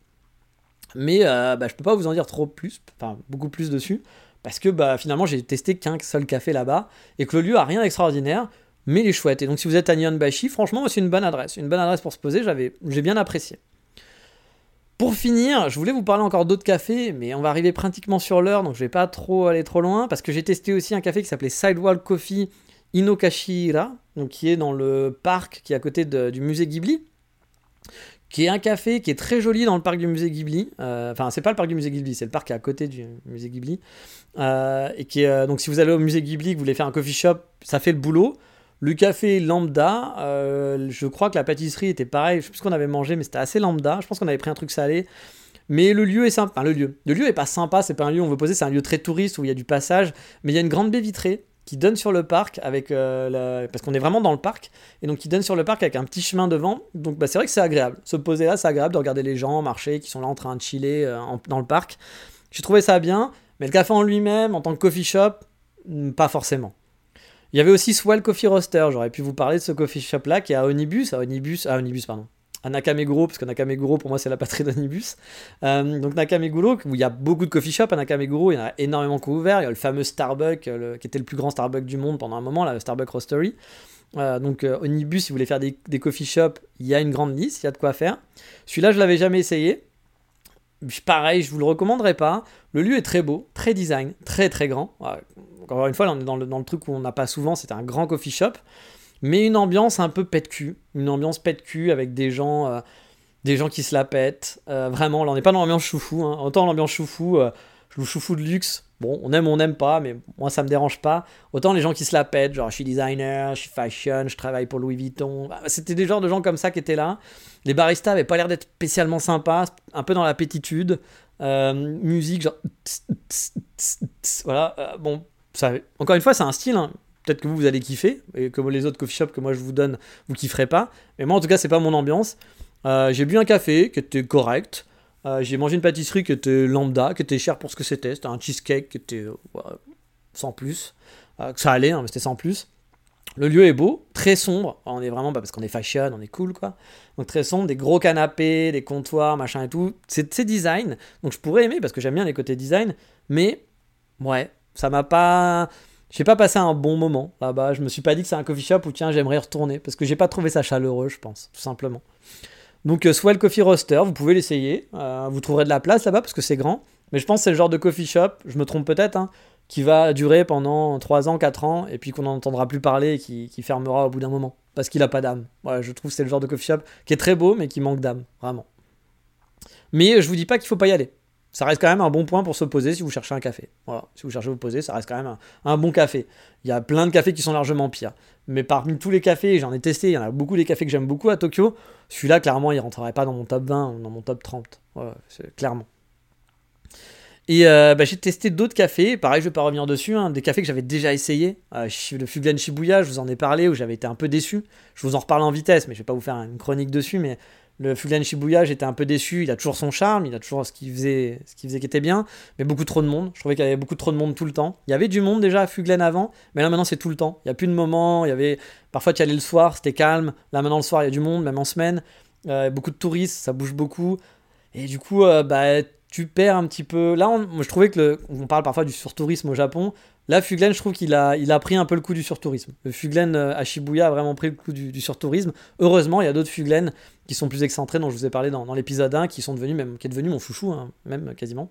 Mais je peux pas vous en dire beaucoup plus dessus, parce que finalement j'ai testé qu'un seul café là-bas, et que le lieu a rien d'extraordinaire, mais il est chouette. Et donc si vous êtes à Nihonbashi, franchement c'est une bonne adresse pour se poser, j'ai bien apprécié. Pour finir, je voulais vous parler encore d'autres cafés, mais on va arriver pratiquement sur l'heure, donc je vais pas aller trop loin, parce que j'ai testé aussi un café qui s'appelait Sidewalk Coffee Inokashira, donc qui est dans le parc qui est à côté du musée Ghibli, qui est un café qui est très joli dans le parc du musée Ghibli. C'est pas le parc du musée Ghibli, c'est le parc qui est à côté du musée Ghibli, et qui est, donc si vous allez au musée Ghibli, que vous voulez faire un coffee shop, ça fait le boulot. Le café lambda, je crois que la pâtisserie était pareil, je sais plus ce qu'on avait mangé, mais c'était assez lambda, je pense qu'on avait pris un truc salé, mais le lieu est sympa, le lieu est pas sympa, c'est pas un lieu où on veut poser, c'est un lieu très touriste où il y a du passage, mais il y a une grande baie vitrée qui donne sur le parc, parce qu'on est vraiment dans le parc, et donc qui donne sur le parc avec un petit chemin devant, donc c'est vrai que c'est agréable, se poser là c'est agréable de regarder les gens marcher, qui sont là en train de chiller dans le parc, j'ai trouvé ça bien, mais le café en lui-même, en tant que coffee shop, pas forcément. Il y avait aussi Swell Coffee Roaster, j'aurais pu vous parler de ce coffee shop là qui est à Nakameguro, parce que Nakameguro pour moi c'est la patrie d'Onibus. Donc Nakameguro, où il y a beaucoup de coffee shops à Nakameguro, il y en a énormément qui ont ouvert, il y a le fameux Starbucks, qui était le plus grand Starbucks du monde pendant un moment, là, le Starbucks Roastery. Donc Onibus, si vous voulez faire des coffee shops, il y a une grande liste, il y a de quoi faire. Celui-là je l'avais jamais essayé. Pareil, je vous le recommanderais pas. Le lieu est très beau, très design, très très grand. Encore une fois, là, on est dans le truc où on n'a pas souvent, c'était un grand coffee shop, mais une ambiance un peu pète-cul, avec des gens qui se la pètent. Vraiment, là, on n'est pas dans l'ambiance choufou. Hein. Autant l'ambiance choufou, le choufou de luxe, bon, on aime ou on n'aime pas, mais moi ça me dérange pas. Autant les gens qui se la pètent, genre je suis designer, je suis fashion, je travaille pour Louis Vuitton. C'était des genres de gens comme ça qui étaient là. Les baristas avaient pas l'air d'être spécialement sympas, un peu dans la pétitude. Musique, genre. Voilà, bon, ça, encore une fois, c'est un style, hein. peut-être que vous allez kiffer, et que les autres coffee shops que moi je vous donne, vous kifferez pas. Mais moi, en tout cas, c'est pas mon ambiance. J'ai bu un café qui était correct. J'ai mangé une pâtisserie qui était lambda, qui était chère pour ce que c'était. C'était un cheesecake qui était sans plus. Ça allait, hein, mais c'était sans plus. Le lieu est beau, très sombre. On est vraiment, parce qu'on est fashion, on est cool, quoi. Donc très sombre, des gros canapés, des comptoirs, machin et tout. C'est design. Donc je pourrais aimer parce que j'aime bien les côtés design. Mais, ouais, ça m'a pas... J'ai pas passé un bon moment là-bas. Je me suis pas dit que c'est un coffee shop où, tiens, j'aimerais y retourner. Parce que j'ai pas trouvé ça chaleureux, je pense, tout simplement. Donc Swell Coffee Roaster, vous pouvez l'essayer. Vous trouverez de la place là-bas parce que c'est grand. Mais je pense que c'est le genre de coffee shop, je me trompe peut-être, hein, qui va durer pendant 3 ans, 4 ans, et puis qu'on n'en entendra plus parler et qui fermera au bout d'un moment. Parce qu'il a pas d'âme. Voilà, je trouve que c'est le genre de coffee shop qui est très beau, mais qui manque d'âme, vraiment. Mais je vous dis pas qu'il faut pas y aller. Ça reste quand même un bon point pour se poser si vous cherchez un café. Voilà, si vous cherchez à vous poser, ça reste quand même un bon café. Il y a plein de cafés qui sont largement pires. Mais parmi tous les cafés, j'en ai testé, il y en a beaucoup des cafés que j'aime beaucoup à Tokyo. Celui-là, clairement, il rentrerait pas dans mon top 20 ou dans mon top 30. Ouais, c'est clairement. Et j'ai testé d'autres cafés, pareil je vais pas revenir dessus, hein, des cafés que j'avais déjà essayé. Le Fuglen Shibuya, je vous en ai parlé, où j'avais été un peu déçu. Je vous en reparle en vitesse, mais je vais pas vous faire une chronique dessus, mais le Fuglen Shibuya, j'étais un peu déçu, il a toujours son charme, il a toujours ce qu'il faisait qui était bien, mais beaucoup trop de monde. Je trouvais qu'il y avait beaucoup trop de monde tout le temps. Il y avait du monde déjà à Fuglen avant, mais là maintenant c'est tout le temps. Il y a plus de moments, il y avait parfois tu y allais le soir, c'était calme. Là maintenant le soir il y a du monde, même en semaine. Beaucoup de touristes, ça bouge beaucoup. Et du coup, tu perds un petit peu. Là, je trouvais que on parle parfois du surtourisme au Japon. Là, Fuglen, je trouve qu'il a pris un peu le coup du surtourisme. Le Fuglen à Shibuya a vraiment pris le coup du surtourisme. Heureusement, il y a d'autres Fuglen qui sont plus excentrés, dont je vous ai parlé dans l'épisode 1, qui est devenu mon chouchou, hein, même quasiment.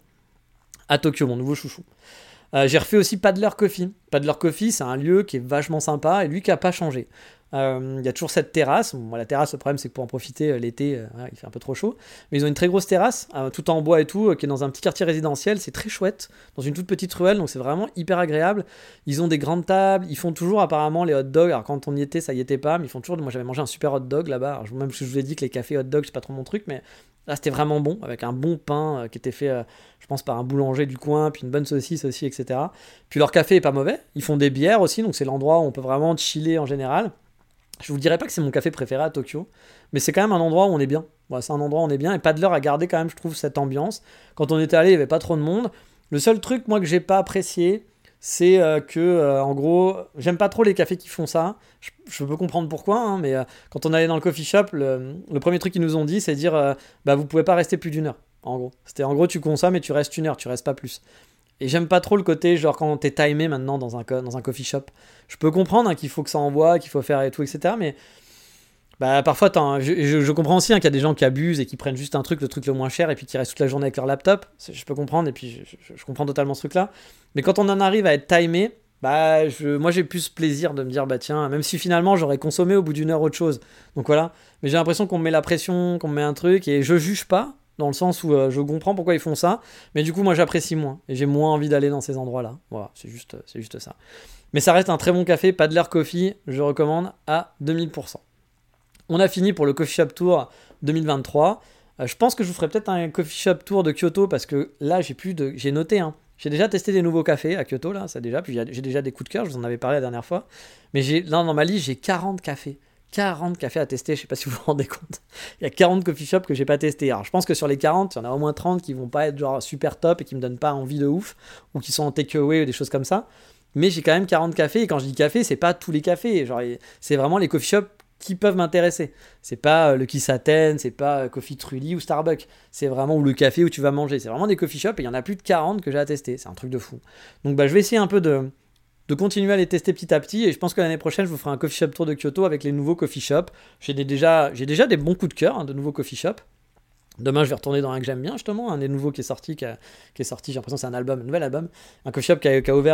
À Tokyo, mon nouveau chouchou. J'ai refait aussi Paddler Coffee. Paddler Coffee, c'est un lieu qui est vachement sympa et lui qui n'a pas changé. Il y a toujours cette terrasse. Bon, la terrasse, le problème, c'est que pour en profiter l'été, il fait un peu trop chaud. Mais ils ont une très grosse terrasse, tout en bois et tout, qui est dans un petit quartier résidentiel. C'est très chouette, dans une toute petite ruelle, donc c'est vraiment hyper agréable. Ils ont des grandes tables. Ils font toujours apparemment les hot dogs. Alors quand on y était, ça y était pas, mais ils font toujours. Moi, j'avais mangé un super hot dog là-bas. Alors, même si je vous ai dit que les cafés hot dog, c'est pas trop mon truc, mais là, c'était vraiment bon, avec un bon pain qui était fait, je pense, par un boulanger du coin, puis une bonne saucisse aussi, etc. Puis leur café est pas mauvais. Ils font des bières aussi, donc c'est l'endroit où on peut vraiment chiller en général. Je vous dirais pas que c'est mon café préféré à Tokyo, mais c'est quand même un endroit où on est bien. Ouais, c'est un endroit où on est bien, et Paddler a gardé quand même, je trouve, cette ambiance. Quand on était allé, il y avait pas trop de monde. Le seul truc, moi, que j'ai pas apprécié, c'est en gros, j'aime pas trop les cafés qui font ça. Je peux comprendre pourquoi, hein, mais quand on allait dans le coffee shop, le premier truc qu'ils nous ont dit, c'est dire vous pouvez pas rester plus d'1 heure. En gros, c'était en gros, tu consommes et tu restes 1 heure, tu restes pas plus. Et j'aime pas trop le côté, genre quand t'es timé maintenant dans un coffee shop. Je peux comprendre qu'il faut que ça envoie, qu'il faut faire et tout, etc. Mais parfois, je comprends aussi qu'il y a des gens qui abusent et qui prennent juste le truc le moins cher, et puis qui restent toute la journée avec leur laptop. Je peux comprendre, et puis je comprends totalement ce truc-là. Mais quand on en arrive à être timé, moi j'ai plus plaisir de me dire, tiens, même si finalement j'aurais consommé au bout d'1 heure autre chose. Donc voilà. Mais j'ai l'impression qu'on me met la pression, qu'on me met un truc, et je juge pas, dans le sens où je comprends pourquoi ils font ça, mais du coup moi j'apprécie moins, et j'ai moins envie d'aller dans ces endroits-là. Voilà, c'est juste ça. Mais ça reste un très bon café, Paddler Coffee, je recommande à 2000%. On a fini pour le Coffee Shop Tour 2023. Je pense que je vous ferai peut-être un Coffee Shop Tour de Kyoto, parce que là j'ai noté, hein. J'ai déjà testé des nouveaux cafés à Kyoto, là, puis j'ai déjà des coups de cœur, je vous en avais parlé la dernière fois, mais là dans ma liste j'ai 40 cafés. 40 cafés à tester, je sais pas si vous vous rendez compte. Il y a 40 coffee shops que j'ai pas testé. Alors je pense que sur les 40, il y en a au moins 30 qui vont pas être genre super top et qui me donnent pas envie de ouf, ou qui sont en takeaway ou des choses comme ça. Mais j'ai quand même 40 cafés, et quand je dis café, c'est pas tous les cafés. Genre, c'est vraiment les coffee shops qui peuvent m'intéresser. C'est pas le Kisaten, c'est pas Coffee Trulli ou Starbucks. C'est vraiment le café où tu vas manger. C'est vraiment des coffee shops, et il y en a plus de 40 que j'ai à tester. C'est un truc de fou. Donc je vais essayer un peu de continuer à les tester petit à petit, et je pense que l'année prochaine je vous ferai un coffee shop tour de Kyoto avec les nouveaux coffee shops. J'ai déjà des bons coups de cœur, hein, de nouveaux coffee shops. Demain je vais retourner dans un que j'aime bien, justement, un des nouveaux qui est sorti, j'ai l'impression que c'est un nouvel album, un coffee shop qui a ouvert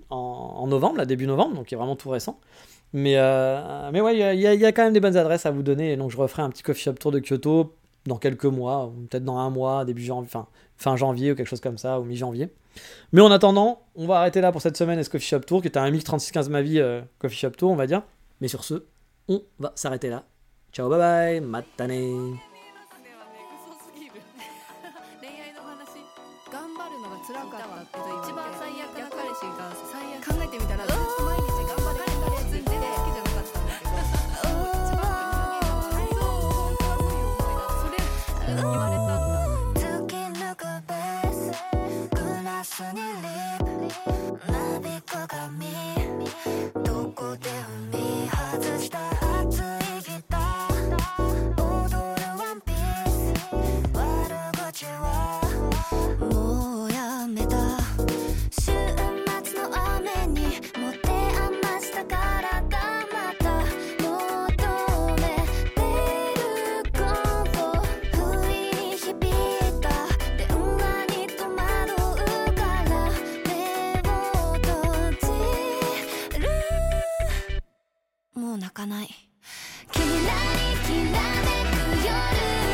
en novembre, là, début novembre, donc qui est vraiment tout récent. Mais ouais, il y a quand même des bonnes adresses à vous donner, et donc je referai un petit coffee shop tour de Kyoto dans quelques mois, ou peut-être dans un mois, début janvier, fin janvier ou quelque chose comme ça, ou mi-janvier. Mais en attendant, on va arrêter là pour cette semaine, ce Coffee Shop Tour, qui était un mix 3615 ma vie Coffee Shop Tour, on va dire. Mais sur ce, on va s'arrêter là. Ciao, bye bye, matane. 辛かったけど一番最悪な彼氏が考えてみたら毎日頑張れきらめく夜